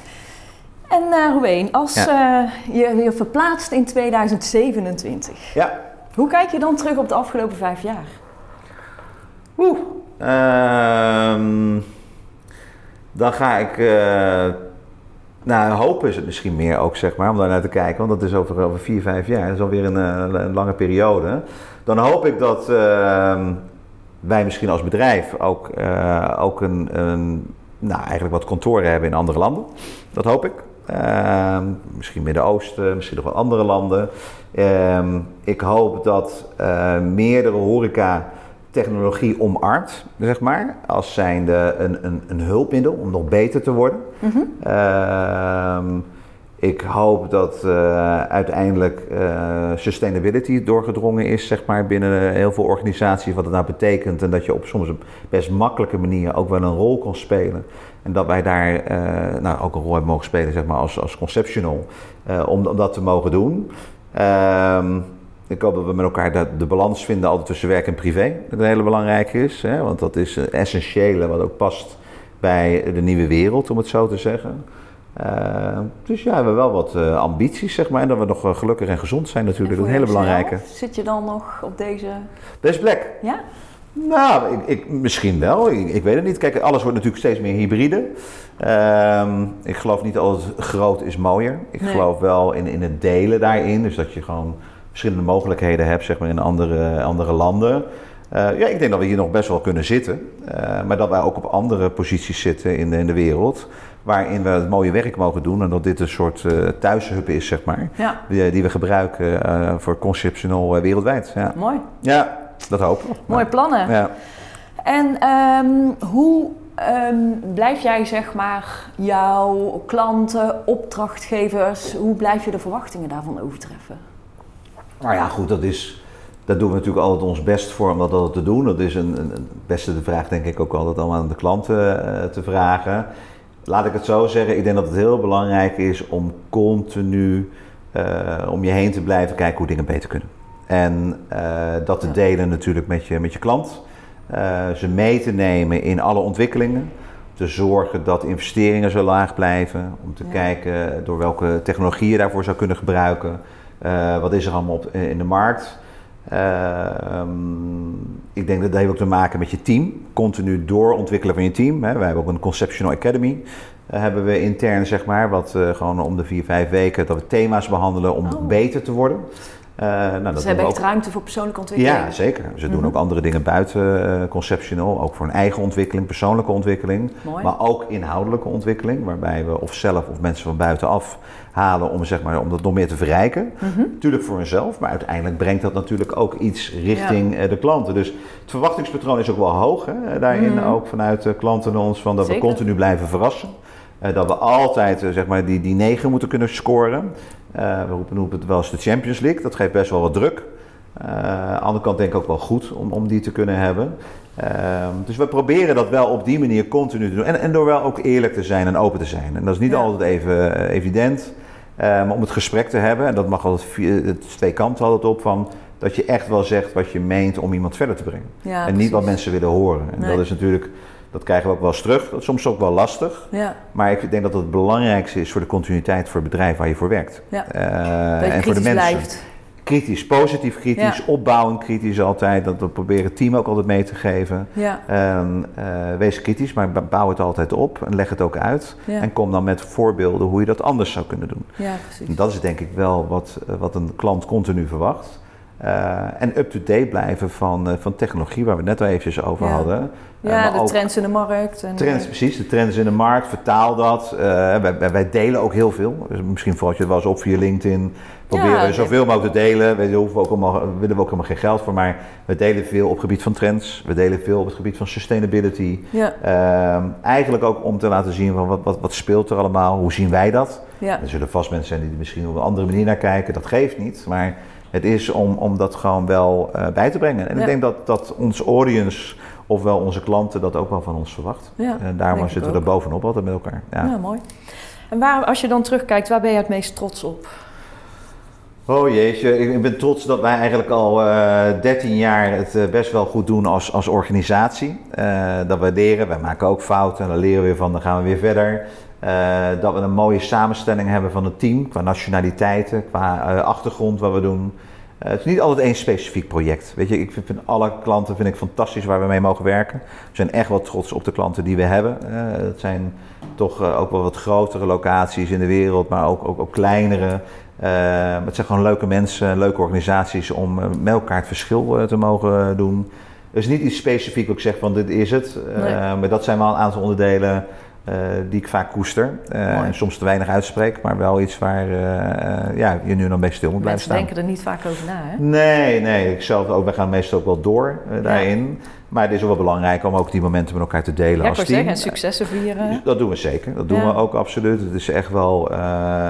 S2: En uh, Roeween, als ja. uh, je je verplaatst in tweeduizend zevenentwintig,
S1: ja.
S2: hoe kijk je dan terug op de afgelopen vijf jaar?
S1: Oeh. Uh, dan ga ik... Uh, Nou, hopen is het misschien meer ook, zeg maar, om daar naar te kijken. Want dat is over, over vier, vijf jaar. Dat is alweer een, een lange periode. Dan hoop ik dat uh, wij misschien als bedrijf ook, uh, ook een, een, nou, eigenlijk wat kantoren hebben in andere landen. Dat hoop ik. Uh, misschien Midden-Oosten, misschien nog wel andere landen. Uh, ik hoop dat uh, meerdere horeca technologie omarmt, zeg maar, als zijnde een, een, een hulpmiddel om nog beter te worden. Mm-hmm. Uh, ik hoop dat uh, uiteindelijk uh, sustainability doorgedrongen is, zeg maar, binnen heel veel organisaties, wat het nou betekent en dat je op soms een best makkelijke manier ook wel een rol kan spelen. En dat wij daar uh, nou, ook een rol hebben mogen spelen, zeg maar, als, als conceptional, uh, om, om dat te mogen doen. Uh, Ik hoop dat we met elkaar de, de balans vinden altijd tussen werk en privé. Dat een hele belangrijke is. Hè? Want dat is een essentiële wat ook past bij de nieuwe wereld, om het zo te zeggen. Uh, dus ja, we hebben wel wat uh, ambities, zeg maar. En dat we nog uh, gelukkig en gezond zijn natuurlijk. Dat is een hele belangrijke.
S2: Zit je dan nog op deze...
S1: Deze plek?
S2: Ja?
S1: Nou, ik, ik, misschien wel. Ik, ik weet het niet. Kijk, alles wordt natuurlijk steeds meer hybride. Uh, ik geloof niet altijd groot is mooier. Ik nee. geloof wel in, in het delen daarin. Dus dat je gewoon verschillende mogelijkheden hebt, zeg maar, in andere, andere landen. Uh, ja, ik denk dat we hier nog best wel kunnen zitten. Uh, maar dat wij ook op andere posities zitten in de, in de wereld. Waarin we het mooie werk mogen doen. En dat dit een soort uh, thuishub is, zeg maar. Ja. Die, die we gebruiken uh, voor conceptional uh, wereldwijd. Ja.
S2: Mooi.
S1: Ja, dat hopen we.
S2: Mooie plannen. Ja. En um, hoe um, blijf jij, zeg maar, jouw klanten, opdrachtgevers, hoe blijf je de verwachtingen daarvan overtreffen?
S1: Nou ja, goed, dat is... Daar doen we natuurlijk altijd ons best voor om dat altijd te doen. Dat is een, een, een beste de vraag, denk ik, ook altijd om aan de klanten uh, te vragen. Laat ik het zo zeggen, ik denk dat het heel belangrijk is om continu uh, om je heen te blijven kijken hoe dingen beter kunnen. En uh, dat te delen natuurlijk met je, met je klant. Uh, ze mee te nemen in alle ontwikkelingen. Te zorgen dat investeringen zo laag blijven. Om te ja. kijken door welke technologie je daarvoor zou kunnen gebruiken. Uh, wat is er allemaal op, in de markt. Uh, um, ik denk dat dat heeft ook te maken met je team. Continu doorontwikkelen van je team. Hè. Wij hebben ook een Conceptional Academy. Uh, hebben we intern, zeg maar, wat uh, gewoon om de vier, vijf weken dat we thema's behandelen om oh. beter te worden. Uh, nou, dat
S2: Ze hebben
S1: we
S2: echt
S1: ook...
S2: ruimte voor persoonlijke ontwikkeling?
S1: Ja, zeker. Ze mm-hmm. doen ook andere dingen buiten uh, Conceptional. Ook voor een eigen ontwikkeling, persoonlijke ontwikkeling.
S2: Mooi.
S1: Maar ook inhoudelijke ontwikkeling. Waarbij we of zelf of mensen van buitenaf halen om, zeg maar, om dat nog meer te verrijken. Mm-hmm. Natuurlijk voor hunzelf, maar uiteindelijk brengt dat natuurlijk ook iets richting ja. uh, de klanten. Dus het verwachtingspatroon is ook wel hoog. Hè? Daarin mm-hmm. ook vanuit de klanten ons van dat zeker. we continu blijven verrassen. Uh, dat we altijd uh, zeg maar die, die negen moeten kunnen scoren. Uh, we roepen, roepen het wel eens de Champions League. Dat geeft best wel wat druk. Uh, aan de andere kant denk ik ook wel goed om, om die te kunnen hebben. Uh, dus we proberen dat wel op die manier continu te doen. En, en door wel ook eerlijk te zijn en open te zijn. En dat is niet ja. altijd even uh, evident. Uh, maar om het gesprek te hebben, en dat mag altijd vier, het twee kanten altijd op van... dat je echt wel zegt wat je meent om iemand verder te brengen. Ja, en precies. niet wat mensen willen horen. En nee. dat is natuurlijk... Dat krijgen we ook wel eens terug. Dat is soms ook wel lastig. Ja. Maar ik denk dat het het belangrijkste is voor de continuïteit voor het bedrijf waar je voor werkt.
S2: Ja. Uh, en voor de mensen. Blijft.
S1: Kritisch, positief kritisch, ja. opbouwend kritisch altijd. Dat we proberen het team ook altijd mee te geven. Ja. Um, uh, wees kritisch, maar bouw het altijd op en leg het ook uit. Ja. En kom dan met voorbeelden hoe je dat anders zou kunnen doen.
S2: Ja, precies.
S1: En dat is denk ik wel wat, wat een klant continu verwacht. Uh, en up-to-date blijven van, uh, van technologie, waar we het net al eventjes over ja. hadden.
S2: Ja, uh, de trends in de markt. En
S1: trends, precies, de trends in de markt, vertaal dat. Uh, wij, wij delen ook heel veel. Dus misschien valt je het wel eens op via LinkedIn. Proberen ja, we zoveel mogelijk te delen. We hoeven ook allemaal, willen we ook helemaal geen geld voor, maar we delen veel op het gebied van trends. We delen veel op het gebied van sustainability. Ja. Uh, eigenlijk ook om te laten zien van wat, wat, wat speelt er allemaal, hoe zien wij dat. Ja. Er zullen vast mensen zijn die er misschien op een andere manier naar kijken, dat geeft niet. Maar het is om, om dat gewoon wel uh, bij te brengen. En ja. ik denk dat, dat ons audience, ofwel onze klanten, dat ook wel van ons verwacht. Ja, en daarom zitten we er bovenop altijd met elkaar. Ja,
S2: ja mooi. En waar, als je dan terugkijkt, waar ben je het meest trots op?
S1: Oh jeetje, ik ben trots dat wij eigenlijk al uh, dertien jaar het uh, best wel goed doen als, als organisatie. Uh, dat we leren, wij maken ook fouten en daar leren we weer van, dan gaan we weer verder. Uh, dat we een mooie samenstelling hebben van het team, qua nationaliteiten, qua uh, achtergrond wat we doen. Uh, het is niet altijd één specifiek project. Weet je, ik vind, vind alle klanten vind ik fantastisch waar we mee mogen werken. We zijn echt wel trots op de klanten die we hebben. Uh, het zijn toch uh, ook wel wat grotere locaties in de wereld, maar ook, ook, ook kleinere. Uh, het zijn gewoon leuke mensen, leuke organisaties om uh, met elkaar het verschil uh, te mogen doen. Er is niet iets specifiek wat ik zeg van dit is het. Uh, nee. Maar dat zijn wel een aantal onderdelen uh, die ik vaak koester. Uh, en soms te weinig uitspreek, maar wel iets waar uh, uh, ja, je nu nog bij stil moet blijven staan.
S2: Mensen denken er niet vaak over na, hè?
S1: Nee, nee. Ik zelf ook, wij gaan meestal ook wel door uh, daarin. Ja. Maar het is ook wel belangrijk om ook die momenten met elkaar te delen
S2: ja,
S1: als team.
S2: Zeggen, en successen vieren.
S1: Dat doen we zeker. Dat doen ja. we ook absoluut. Het is echt wel uh,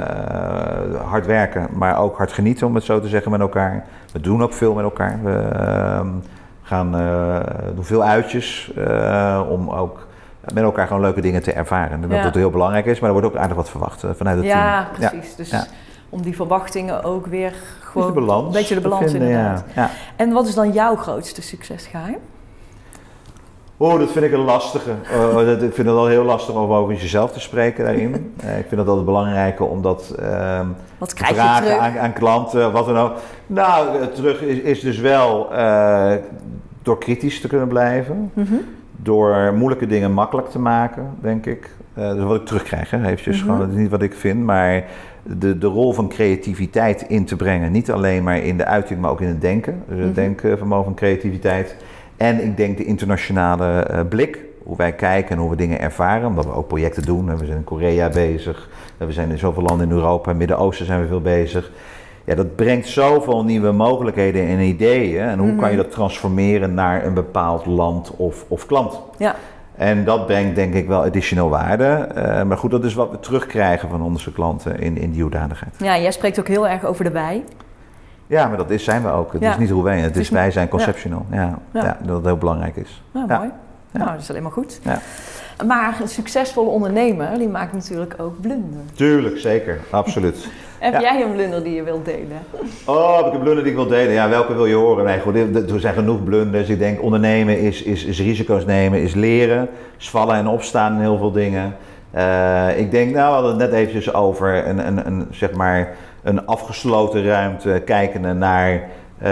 S1: hard werken, maar ook hard genieten om het zo te zeggen met elkaar. We doen ook veel met elkaar. We uh, gaan uh, doen veel uitjes uh, om ook met elkaar gewoon leuke dingen te ervaren. En dat ja. dat heel belangrijk is, maar er wordt ook aardig wat verwacht uh, vanuit het
S2: ja,
S1: team.
S2: Precies. Ja, precies. Dus ja. om die verwachtingen ook weer gewoon
S1: een beetje de balans,
S2: een beetje de balans
S1: vinden,
S2: inderdaad.
S1: Ja. Ja.
S2: En wat is dan jouw grootste succesgeheim?
S1: Oh, dat vind ik een lastige. Uh, dat, ik vind het al heel lastig om over jezelf te spreken daarin. Uh, ik vind het altijd belangrijk om dat uh,
S2: wat
S1: te vragen aan, aan klanten, wat dan ook. Nou, uh, terug is, is dus wel uh, door kritisch te kunnen blijven. Mm-hmm. Door moeilijke dingen makkelijk te maken, denk ik. Uh, dus wat ik terugkrijg, hè, eventjes. Mm-hmm. Gewoon, dat is niet wat ik vind, maar de, de rol van creativiteit in te brengen. Niet alleen maar in de uiting, maar ook in het denken. Dus het mm-hmm. denkvermogen van creativiteit. En ik denk de internationale uh, blik, hoe wij kijken en hoe we dingen ervaren. Omdat we ook projecten doen. We zijn in Korea bezig. We zijn in zoveel landen in Europa. In het Midden-Oosten zijn we veel bezig. Ja, dat brengt zoveel nieuwe mogelijkheden en ideeën. En hoe mm-hmm. kan je dat transformeren naar een bepaald land of, of klant? Ja. En dat brengt denk ik wel additional waarde. Uh, maar goed, dat is wat we terugkrijgen van onze klanten in, in die hoedanigheid.
S2: Ja, jij spreekt ook heel erg over de wij.
S1: Ja, maar dat is, zijn we ook. Het ja. is niet hoe wij, het, het is, is wij zijn conceptional. Ja. Ja, ja. ja, dat het heel belangrijk is.
S2: Ja,
S1: ja.
S2: mooi. Ja. Nou, dat is alleen maar goed.
S1: Ja.
S2: Maar een succesvolle ondernemer, die maakt natuurlijk ook blunders.
S1: Tuurlijk, zeker. Absoluut.
S2: Heb
S1: ja.
S2: jij een blunder die je wilt delen?
S1: Oh, heb ik een blunder die ik wil delen? Ja, welke wil je horen? Nee, goed, er zijn genoeg blunders. Ik denk ondernemen is, is, is risico's nemen, is leren. Is vallen en opstaan in heel veel dingen. Uh, ik denk, nou, we hadden het net eventjes over een, een, een, zeg maar, een afgesloten ruimte, kijkende naar uh,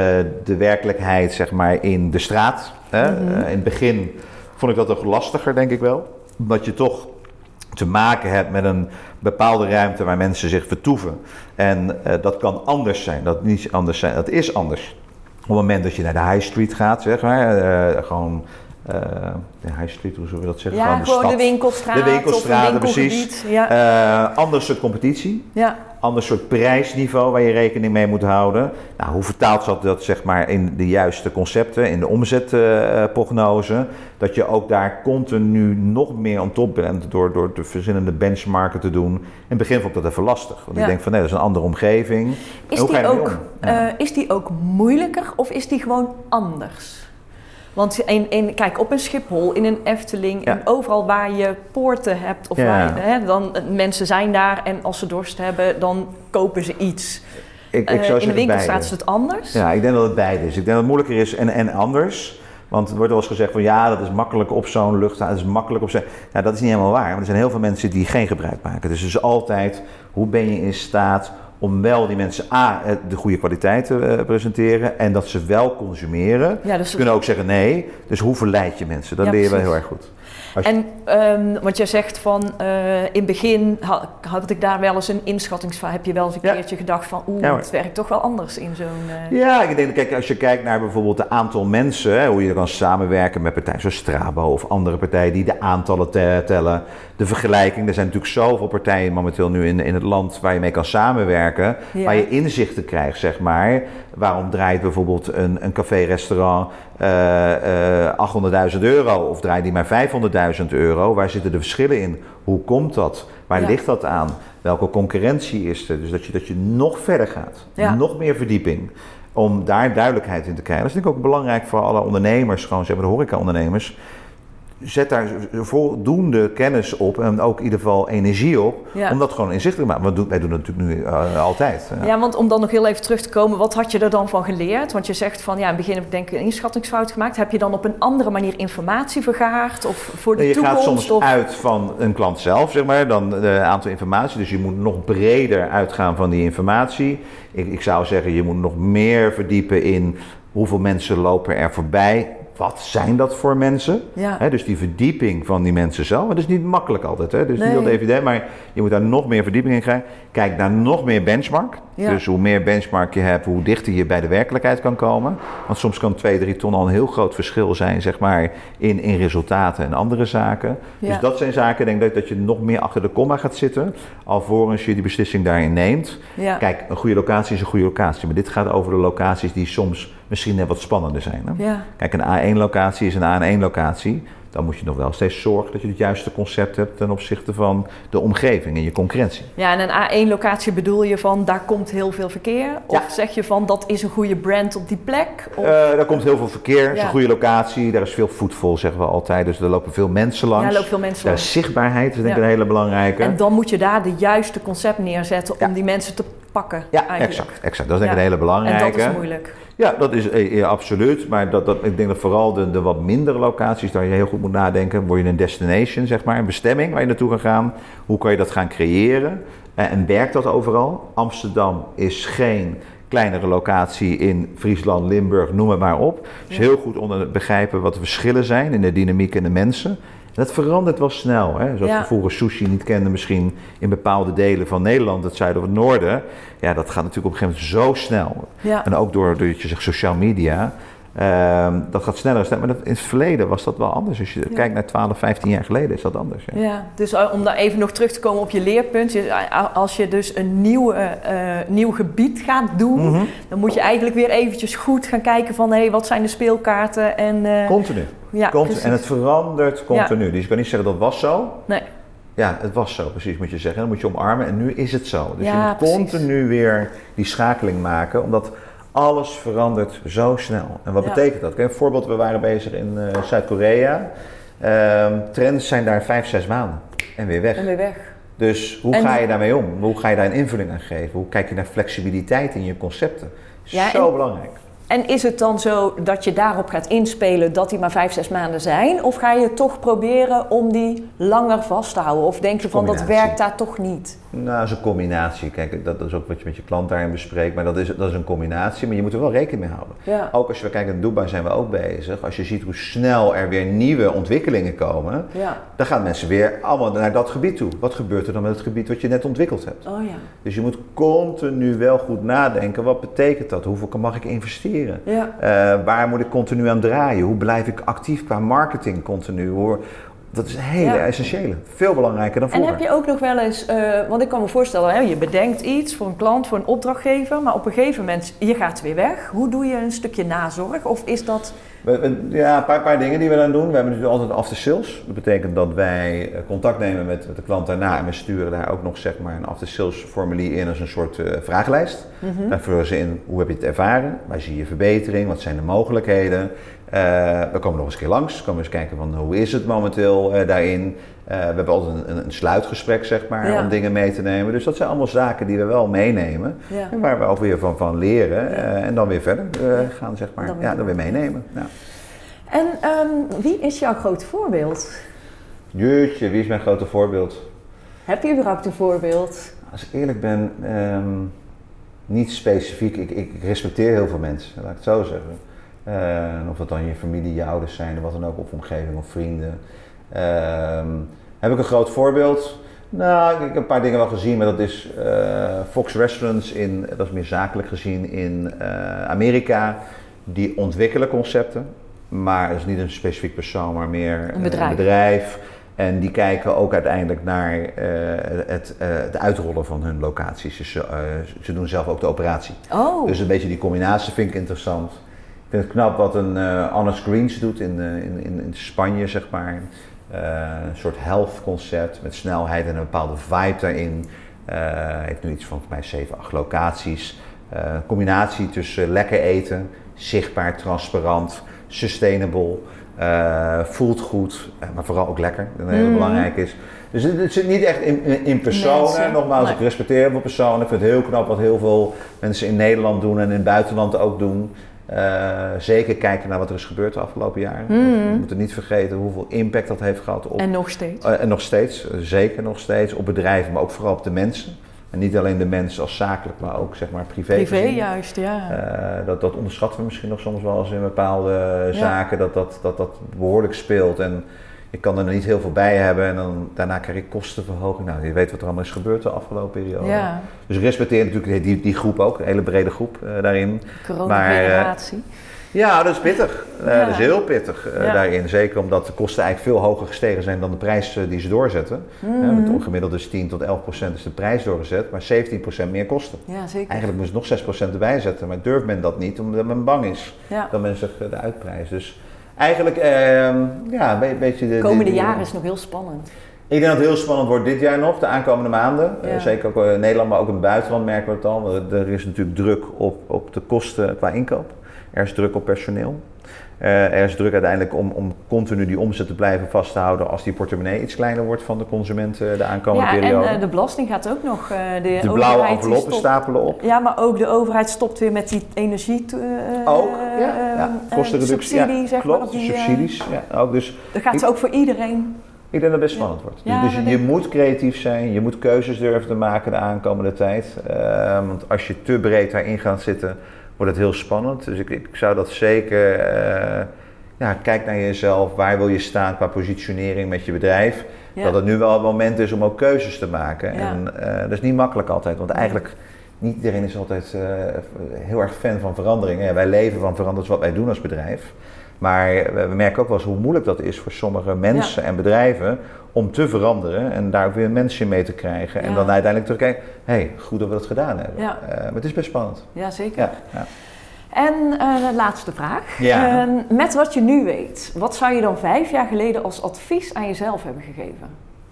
S1: de werkelijkheid, zeg maar, in de straat. Hè? Mm-hmm. Uh, in het begin vond ik dat toch lastiger, denk ik wel. Omdat je toch te maken hebt met een bepaalde ruimte waar mensen zich vertoeven. En uh, dat kan anders zijn, dat niet anders zijn, dat is anders. Op het moment dat je naar de high street gaat, zeg maar, uh, gewoon uh, de high street, hoe zullen we dat zeggen?
S2: Ja, gewoon de,
S1: gewoon
S2: stad, de winkelstraat,
S1: de winkelstraat,
S2: of een
S1: precies.
S2: Ja.
S1: Uh, ander soort competitie.
S2: Ja.
S1: Ander soort prijsniveau waar je rekening mee moet houden. Nou, hoe vertaalt dat, dat zeg maar in de juiste concepten, in de omzetprognose? Uh, dat je ook daar continu nog meer aan top bent door, door de verschillende benchmarken te doen. In het begin vond ik dat even lastig. Want ja. ik denk van nee, dat is een andere omgeving.
S2: Is die, ook, ja. uh, is die ook moeilijker of is die gewoon anders? Want in, in, kijk, op een Schiphol, in een Efteling, ja. en overal waar je poorten hebt, of ja. waar je, hè, dan mensen zijn daar en als ze dorst hebben, dan kopen ze iets.
S1: Ik, ik zou
S2: uh, in de winkelstraat
S1: beide.
S2: is het anders?
S1: Ja, ik denk dat het beide is. Ik denk dat het moeilijker is en, en anders. Want er wordt wel eens gezegd van ja, dat is makkelijk op zo'n luchthaven, dat is makkelijk op zo'n... Nou, dat is niet helemaal waar, want er zijn heel veel mensen die geen gebruik maken. Dus het is altijd, hoe ben je in staat om wel die mensen A, de goede kwaliteit te uh, presenteren en dat ze wel consumeren. Ja, dus ze kunnen ook zeggen nee, dus hoe verleid je mensen? Dat ja, leer je wel heel erg goed.
S2: Je... En um, wat jij zegt van uh, in het begin had, had ik daar wel eens een inschattingsfout. Heb je wel eens een ja. keertje gedacht van oeh, ja, het werkt toch wel anders in zo'n... Uh...
S1: Ja, ik denk, kijk, als je kijkt naar bijvoorbeeld het aantal mensen, hè, hoe je kan samenwerken met partijen zoals Strabo of andere partijen die de aantallen te- tellen. De vergelijking, er zijn natuurlijk zoveel partijen momenteel nu in, in het land waar je mee kan samenwerken, ja. waar je inzichten krijgt, zeg maar. Waarom draait bijvoorbeeld een, een café-restaurant uh, uh, achthonderdduizend euro of draait die maar vijfhonderdduizend euro? Waar zitten de verschillen in? Hoe komt dat? Waar ja. ligt dat aan? Welke concurrentie is er? Dus dat je, dat je nog verder gaat, ja. nog meer verdieping. Om daar duidelijkheid in te krijgen. Dat is denk ik ook belangrijk voor alle ondernemers, gewoon zeg maar de horeca-ondernemers. Zet daar voldoende kennis op en ook in ieder geval energie op, ja. om dat gewoon inzichtelijk te maken. Want wij doen dat natuurlijk nu uh, altijd.
S2: Ja. ja, want om dan nog heel even terug te komen, wat had je er dan van geleerd? Want je zegt van, ja, in het begin heb ik denk ik een inschattingsfout gemaakt. Heb je dan op een andere manier informatie vergaard of voor de
S1: je
S2: toekomst?
S1: Je gaat soms
S2: of...
S1: uit van een klant zelf, zeg maar, dan een aantal informatie. Dus je moet nog breder uitgaan van die informatie. Ik, ik zou zeggen, je moet nog meer verdiepen in hoeveel mensen lopen er voorbij. Wat zijn dat voor mensen? Ja. He, dus die verdieping van die mensen zelf. Dat is niet makkelijk altijd. Hè? Dus nee. niet altijd evident, maar je moet daar nog meer verdieping in krijgen. Kijk naar nog meer benchmark. Ja. Dus hoe meer benchmark je hebt, hoe dichter je bij de werkelijkheid kan komen. Want soms kan twee, drie ton al een heel groot verschil zijn, zeg maar, in, in resultaten en andere zaken. Ja. Dus dat zijn zaken, denk ik, dat je nog meer achter de komma gaat zitten, alvorens je die beslissing daarin neemt. Ja. Kijk, een goede locatie is een goede locatie, maar dit gaat over de locaties die soms misschien net wat spannender zijn. Hè? Ja. Kijk, een A één locatie is een A één locatie. Dan moet je nog wel steeds zorgen dat je het juiste concept hebt ten opzichte van de omgeving en je concurrentie.
S2: Ja, en een A één locatie bedoel je van, daar komt heel veel verkeer? Of ja. zeg je van, dat is een goede brand op die plek? Of... Uh,
S1: daar komt heel veel verkeer, het is ja. een goede locatie, daar is veel voetval, zeggen we altijd. Dus er lopen veel mensen langs.
S2: Ja, er lopen veel mensen
S1: daar
S2: langs.
S1: Is zichtbaarheid is denk ik ja. een hele belangrijke.
S2: En dan moet je daar de juiste concept neerzetten ja. om die mensen te pakken.
S1: Ja, exact, exact. Dat is denk ik ja. een hele belangrijke.
S2: En dat is moeilijk.
S1: Ja, dat is ja, absoluut. Maar dat, dat, ik denk dat vooral de, de wat mindere locaties, daar je heel goed moet nadenken. Word je een destination, zeg maar, een bestemming waar je naartoe kan gaan. Hoe kan je dat gaan creëren? En, en werkt dat overal? Amsterdam is geen kleinere locatie in Friesland, Limburg, noem het maar op. Dus heel goed onder begrijpen wat de verschillen zijn in de dynamiek en de mensen. Dat verandert wel snel. Hè? Zoals
S2: ja.
S1: we vroeger sushi niet kenden misschien in bepaalde delen van Nederland, het zuiden of het noorden. Ja, dat gaat natuurlijk op een gegeven moment zo snel.
S2: Ja.
S1: En ook door, door je zegt, social media. Uh, dat gaat sneller en sneller. Maar dat, in het verleden was dat wel anders. Als je ja. kijkt naar twaalf, vijftien jaar geleden is dat anders. Ja,
S2: ja dus uh, om daar even nog terug te komen op je leerpunt. Je, als je dus een nieuw, uh, nieuw gebied gaat doen, mm-hmm. dan moet je eigenlijk weer eventjes goed gaan kijken van hé, hey, wat zijn de speelkaarten? En, uh,
S1: continu.
S2: Ja,
S1: continu. En het verandert continu.
S2: Ja.
S1: Dus je kan niet zeggen dat was zo.
S2: Nee.
S1: Ja, het was zo, precies moet je zeggen. Dan moet je omarmen en nu is het zo. Dus
S2: ja,
S1: je moet
S2: precies.
S1: continu weer die schakeling maken, omdat alles verandert zo snel. En wat ja. betekent dat? Kijk, een voorbeeld, we waren bezig in uh, Zuid-Korea. Uh, trends zijn daar vijf, zes maanden en weer weg.
S2: En weer weg.
S1: Dus hoe en ga je daarmee om? Hoe ga je daar een invulling aan geven? Hoe kijk je naar flexibiliteit in je concepten?
S2: Ja,
S1: zo
S2: en...
S1: belangrijk.
S2: En is het dan zo dat je daarop gaat inspelen dat die maar vijf, zes maanden zijn? Of ga je toch proberen om die langer vast te houden? Of denk je van dat werkt daar toch niet?
S1: Nou, dat is een combinatie. Kijk, dat is ook wat je met je klant daarin bespreekt. Maar dat is, dat is een combinatie, maar je moet er wel rekening mee houden.
S2: Ja.
S1: Ook als we kijken in Dubai zijn we ook bezig. Als je ziet hoe snel er weer nieuwe ontwikkelingen komen,
S2: ja.
S1: dan gaan mensen weer allemaal naar dat gebied toe. Wat gebeurt er dan met het gebied wat je net ontwikkeld hebt?
S2: Oh, ja.
S1: Dus je moet continu wel goed nadenken. Wat betekent dat? Hoeveel mag ik investeren?
S2: Ja.
S1: Uh, waar moet ik continu aan draaien? Hoe blijf ik actief qua marketing continu? Hoe, dat is een hele ja. essentiële. Veel belangrijker dan vroeger.
S2: En heb je ook nog wel eens, uh, want ik kan me voorstellen, hè, je bedenkt iets voor een klant, voor een opdrachtgever, maar op een gegeven moment, je gaat weer weg. Hoe doe je een stukje nazorg? Of is dat...
S1: Ja, een paar, paar dingen die we dan doen. We hebben natuurlijk altijd after sales. Dat betekent dat wij contact nemen met, met de klant daarna en we sturen daar ook nog zeg maar, een after sales formulier in als een soort uh, vragenlijst. Mm-hmm. Daar vullen ze in, hoe heb je het ervaren? Waar zie je verbetering? Wat zijn de mogelijkheden? Uh, we komen nog eens een keer langs. We komen eens kijken van hoe is het momenteel uh, daarin. Uh, we hebben altijd een, een sluitgesprek zeg maar, ja. om dingen mee te nemen. Dus dat zijn allemaal zaken die we wel meenemen. Ja. En waar we ook weer van, van leren. Ja. Uh, en dan weer verder uh, gaan, zeg maar. Dan ja, dan weer meenemen. Ja.
S2: En um, wie is jouw grote voorbeeld?
S1: Jeetje, wie is mijn grote voorbeeld?
S2: Heb je überhaupt een voorbeeld?
S1: Als ik eerlijk ben, um, niet specifiek. Ik, ik respecteer heel veel mensen, laat ik het zo zeggen. Uh, of dat dan je familie, je ouders zijn, of wat dan ook, of omgeving of vrienden. Um, heb ik een groot voorbeeld? Nou, ik heb een paar dingen wel gezien, maar dat is uh, Fox Restaurants, in, dat is meer zakelijk gezien in uh, Amerika. Die ontwikkelen concepten, maar dat is niet een specifiek persoon, maar meer
S2: een bedrijf.
S1: een bedrijf. En die kijken ook uiteindelijk naar uh, het, uh, het uitrollen van hun locaties. Dus uh, ze doen zelf ook de operatie.
S2: Oh.
S1: Dus een beetje die combinatie vind ik interessant. Ik vind het knap wat een uh, Honest Greens doet in, uh, in, in, in Spanje, zeg maar. Uh, een soort health concept met snelheid en een bepaalde vibe daarin. Uh, heeft nu iets van voor mij zeven, acht locaties. Uh, een combinatie tussen lekker eten, zichtbaar, transparant, sustainable. Uh, voelt goed, maar vooral ook lekker, dat heel mm. belangrijk is. Dus het, het zit niet echt in, in personen. Mensen. Nogmaals, nee. Ik respecteer heel veel personen. Ik vind het heel knap wat heel veel mensen in Nederland doen en in het buitenland ook doen. Uh, zeker kijken naar wat er is gebeurd de afgelopen jaren. Mm. We moeten niet vergeten hoeveel impact dat heeft gehad op...
S2: En nog steeds.
S1: Uh, en nog steeds, uh, zeker nog steeds, op bedrijven, maar ook vooral op de mensen. En niet alleen de mensen als zakelijk, maar ook zeg maar privé.
S2: Privé
S1: gezien.
S2: juist, ja.
S1: Uh, dat, dat onderschatten we misschien nog soms wel eens in bepaalde ja. zaken, dat dat, dat dat behoorlijk speelt. En ik kan er niet heel veel bij hebben en dan, daarna krijg ik kostenverhoging. Nou, je weet wat er allemaal is gebeurd de afgelopen periode. Ja. Dus ik respecteer natuurlijk die, die groep ook, een hele brede groep uh, daarin.
S2: Corona-generatie. Uh,
S1: ja, dat is pittig. Uh, ja. Dat is heel pittig uh, ja. daarin. Zeker omdat de kosten eigenlijk veel hoger gestegen zijn dan de prijs uh, die ze doorzetten. Mm-hmm. Uh, gemiddeld is tien tot elf procent is de prijs doorgezet, maar zeventien procent meer kosten.
S2: Ja, zeker.
S1: Eigenlijk moest nog zes procent erbij zetten, maar durft men dat niet omdat men bang is
S2: ja.
S1: dat men zich uh, de uitprijs. Dus eigenlijk, uh, ja, een beetje... De
S2: komende
S1: de, de,
S2: jaren is nog heel spannend.
S1: Ik denk dat het heel spannend wordt dit jaar nog, de aankomende maanden. Ja. Uh, zeker ook in Nederland, maar ook in het buitenland merken we het al. Er is natuurlijk druk op, op de kosten qua inkoop. Er is druk op personeel. Uh, er is druk uiteindelijk om, om continu die omzet te blijven vasthouden als die portemonnee iets kleiner wordt van de consumenten de aankomende
S2: ja,
S1: periode.
S2: En uh, de belasting gaat ook nog. Uh, de
S1: de blauwe enveloppen stapelen op.
S2: Ja, maar ook de overheid stopt weer met die energie. Uh,
S1: ook, ja. ja. Kostenreductie.
S2: Subsidie,
S1: ja,
S2: zeg
S1: klopt,
S2: maar. Die,
S1: subsidies. Ja, ook dus,
S2: dat gaat ze ook voor iedereen.
S1: Ik denk dat het best spannend ja. wordt. Dus, ja, dus je, je moet creatief zijn, je moet keuzes durven te maken de aankomende tijd. Uh, want als je te breed daarin gaat zitten, wordt het heel spannend. Dus ik, ik zou dat zeker uh, ja, kijk naar jezelf, waar wil je staan qua positionering met je bedrijf.
S2: Ja.
S1: Dat het nu wel het moment is om ook keuzes te maken.
S2: Ja.
S1: En uh, dat is niet makkelijk altijd, want eigenlijk niet iedereen is altijd uh, heel erg fan van veranderingen. Ja, wij leven van veranderen, wat wij doen als bedrijf. Maar we merken ook wel eens hoe moeilijk dat is voor sommige mensen ja. en bedrijven om te veranderen en daar ook weer mensen mee te krijgen. Ja. En dan uiteindelijk terugkijken, hé, hey, goed dat we dat gedaan hebben. Ja. Uh, maar het is best spannend.
S2: Ja, zeker.
S1: Ja, ja.
S2: En uh, de laatste vraag.
S1: Ja.
S2: Uh, met wat je nu weet, wat zou je dan vijf jaar geleden als advies aan jezelf hebben gegeven?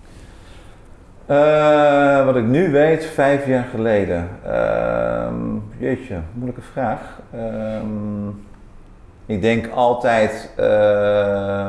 S1: Uh, wat ik nu weet, vijf jaar geleden. Uh, jeetje, moeilijke vraag. Uh, ik denk altijd uh,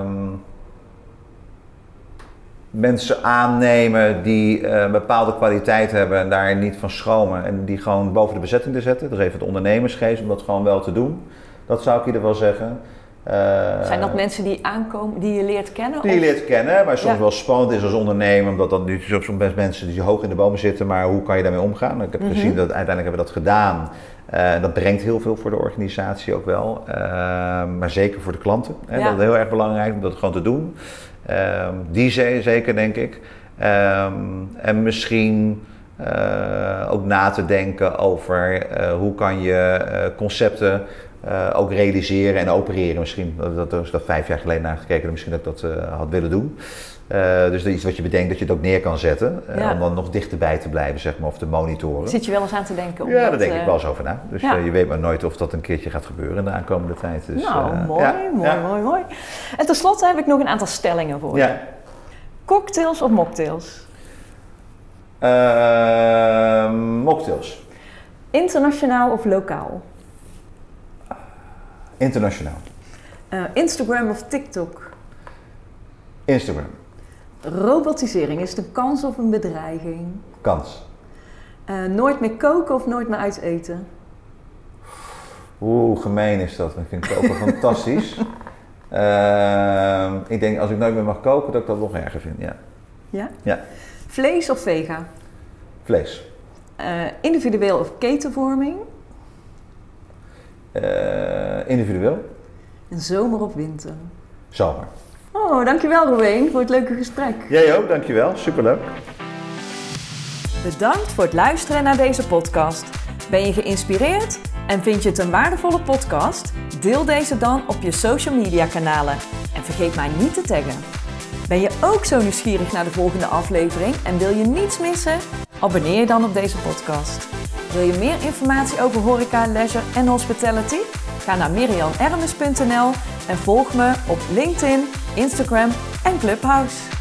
S1: mensen aannemen die uh, een bepaalde kwaliteit hebben en daar niet van schromen. En die gewoon boven de bezetting te zetten. Dat is even het ondernemersgeest om dat gewoon wel te doen. Dat zou ik ieder wel zeggen. Uh,
S2: Zijn dat mensen die aankomen, die je leert kennen?
S1: Die je
S2: of?
S1: leert kennen, maar soms
S2: ja.
S1: wel spannend is als ondernemer, omdat dan nu soms best mensen die hoog in de bomen zitten, maar hoe kan je daarmee omgaan? Ik heb mm-hmm. gezien dat uiteindelijk hebben we dat gedaan. Uh, dat brengt heel veel voor de organisatie ook wel, uh, maar zeker voor de klanten. Hè? Ja. Dat is heel erg belangrijk om dat gewoon te doen. Uh, die zeker, denk ik. Uh, en misschien uh, ook na te denken over uh, hoe kan je uh, concepten Uh, ook realiseren en opereren. Misschien, dat, dat is dat vijf jaar geleden naar gekeken, misschien dat ik dat uh, had willen doen. Uh, dus dat is iets wat je bedenkt dat je het ook neer kan zetten. Uh, ja. Om dan nog dichterbij te blijven, zeg maar, of te monitoren.
S2: Zit je wel eens aan te denken?
S1: Ja, daar
S2: dat,
S1: denk
S2: uh...
S1: ik wel eens over na. Dus ja. uh, je weet maar nooit of dat een keertje gaat gebeuren in de aankomende tijd. Dus,
S2: nou,
S1: uh,
S2: mooi,
S1: ja.
S2: mooi,
S1: ja.
S2: mooi, mooi. En tenslotte heb ik nog een aantal stellingen voor je.
S1: Ja.
S2: Cocktails of mocktails?
S1: Uh, mocktails.
S2: Internationaal of lokaal?
S1: Internationaal.
S2: Uh, Instagram of TikTok?
S1: Instagram.
S2: Robotisering, is het een kans of een bedreiging? Kans. Uh, nooit meer koken of nooit meer uit eten?
S1: Oeh, gemeen is dat. Ik vind koken fantastisch. Uh, ik denk als ik nooit meer mag koken, dat ik dat nog erger vind, ja.
S2: Ja?
S1: Ja.
S2: Vlees of vega?
S1: Vlees.
S2: Uh, individueel of ketenvorming?
S1: Uh, individueel.
S2: En zomer of winter?
S1: Zomer.
S2: Oh, dankjewel Roeween voor het leuke gesprek.
S1: Jij ook, dankjewel. Superleuk.
S2: Bedankt voor het luisteren naar deze podcast. Ben je geïnspireerd en vind je het een waardevolle podcast? Deel deze dan op je social media kanalen. En vergeet mij niet te taggen. Ben je ook zo nieuwsgierig naar de volgende aflevering en wil je niets missen? Abonneer je dan op deze podcast. Wil je meer informatie over horeca, leisure en hospitality? Ga naar mirianermes punt n l en volg me op LinkedIn, Instagram en Clubhouse.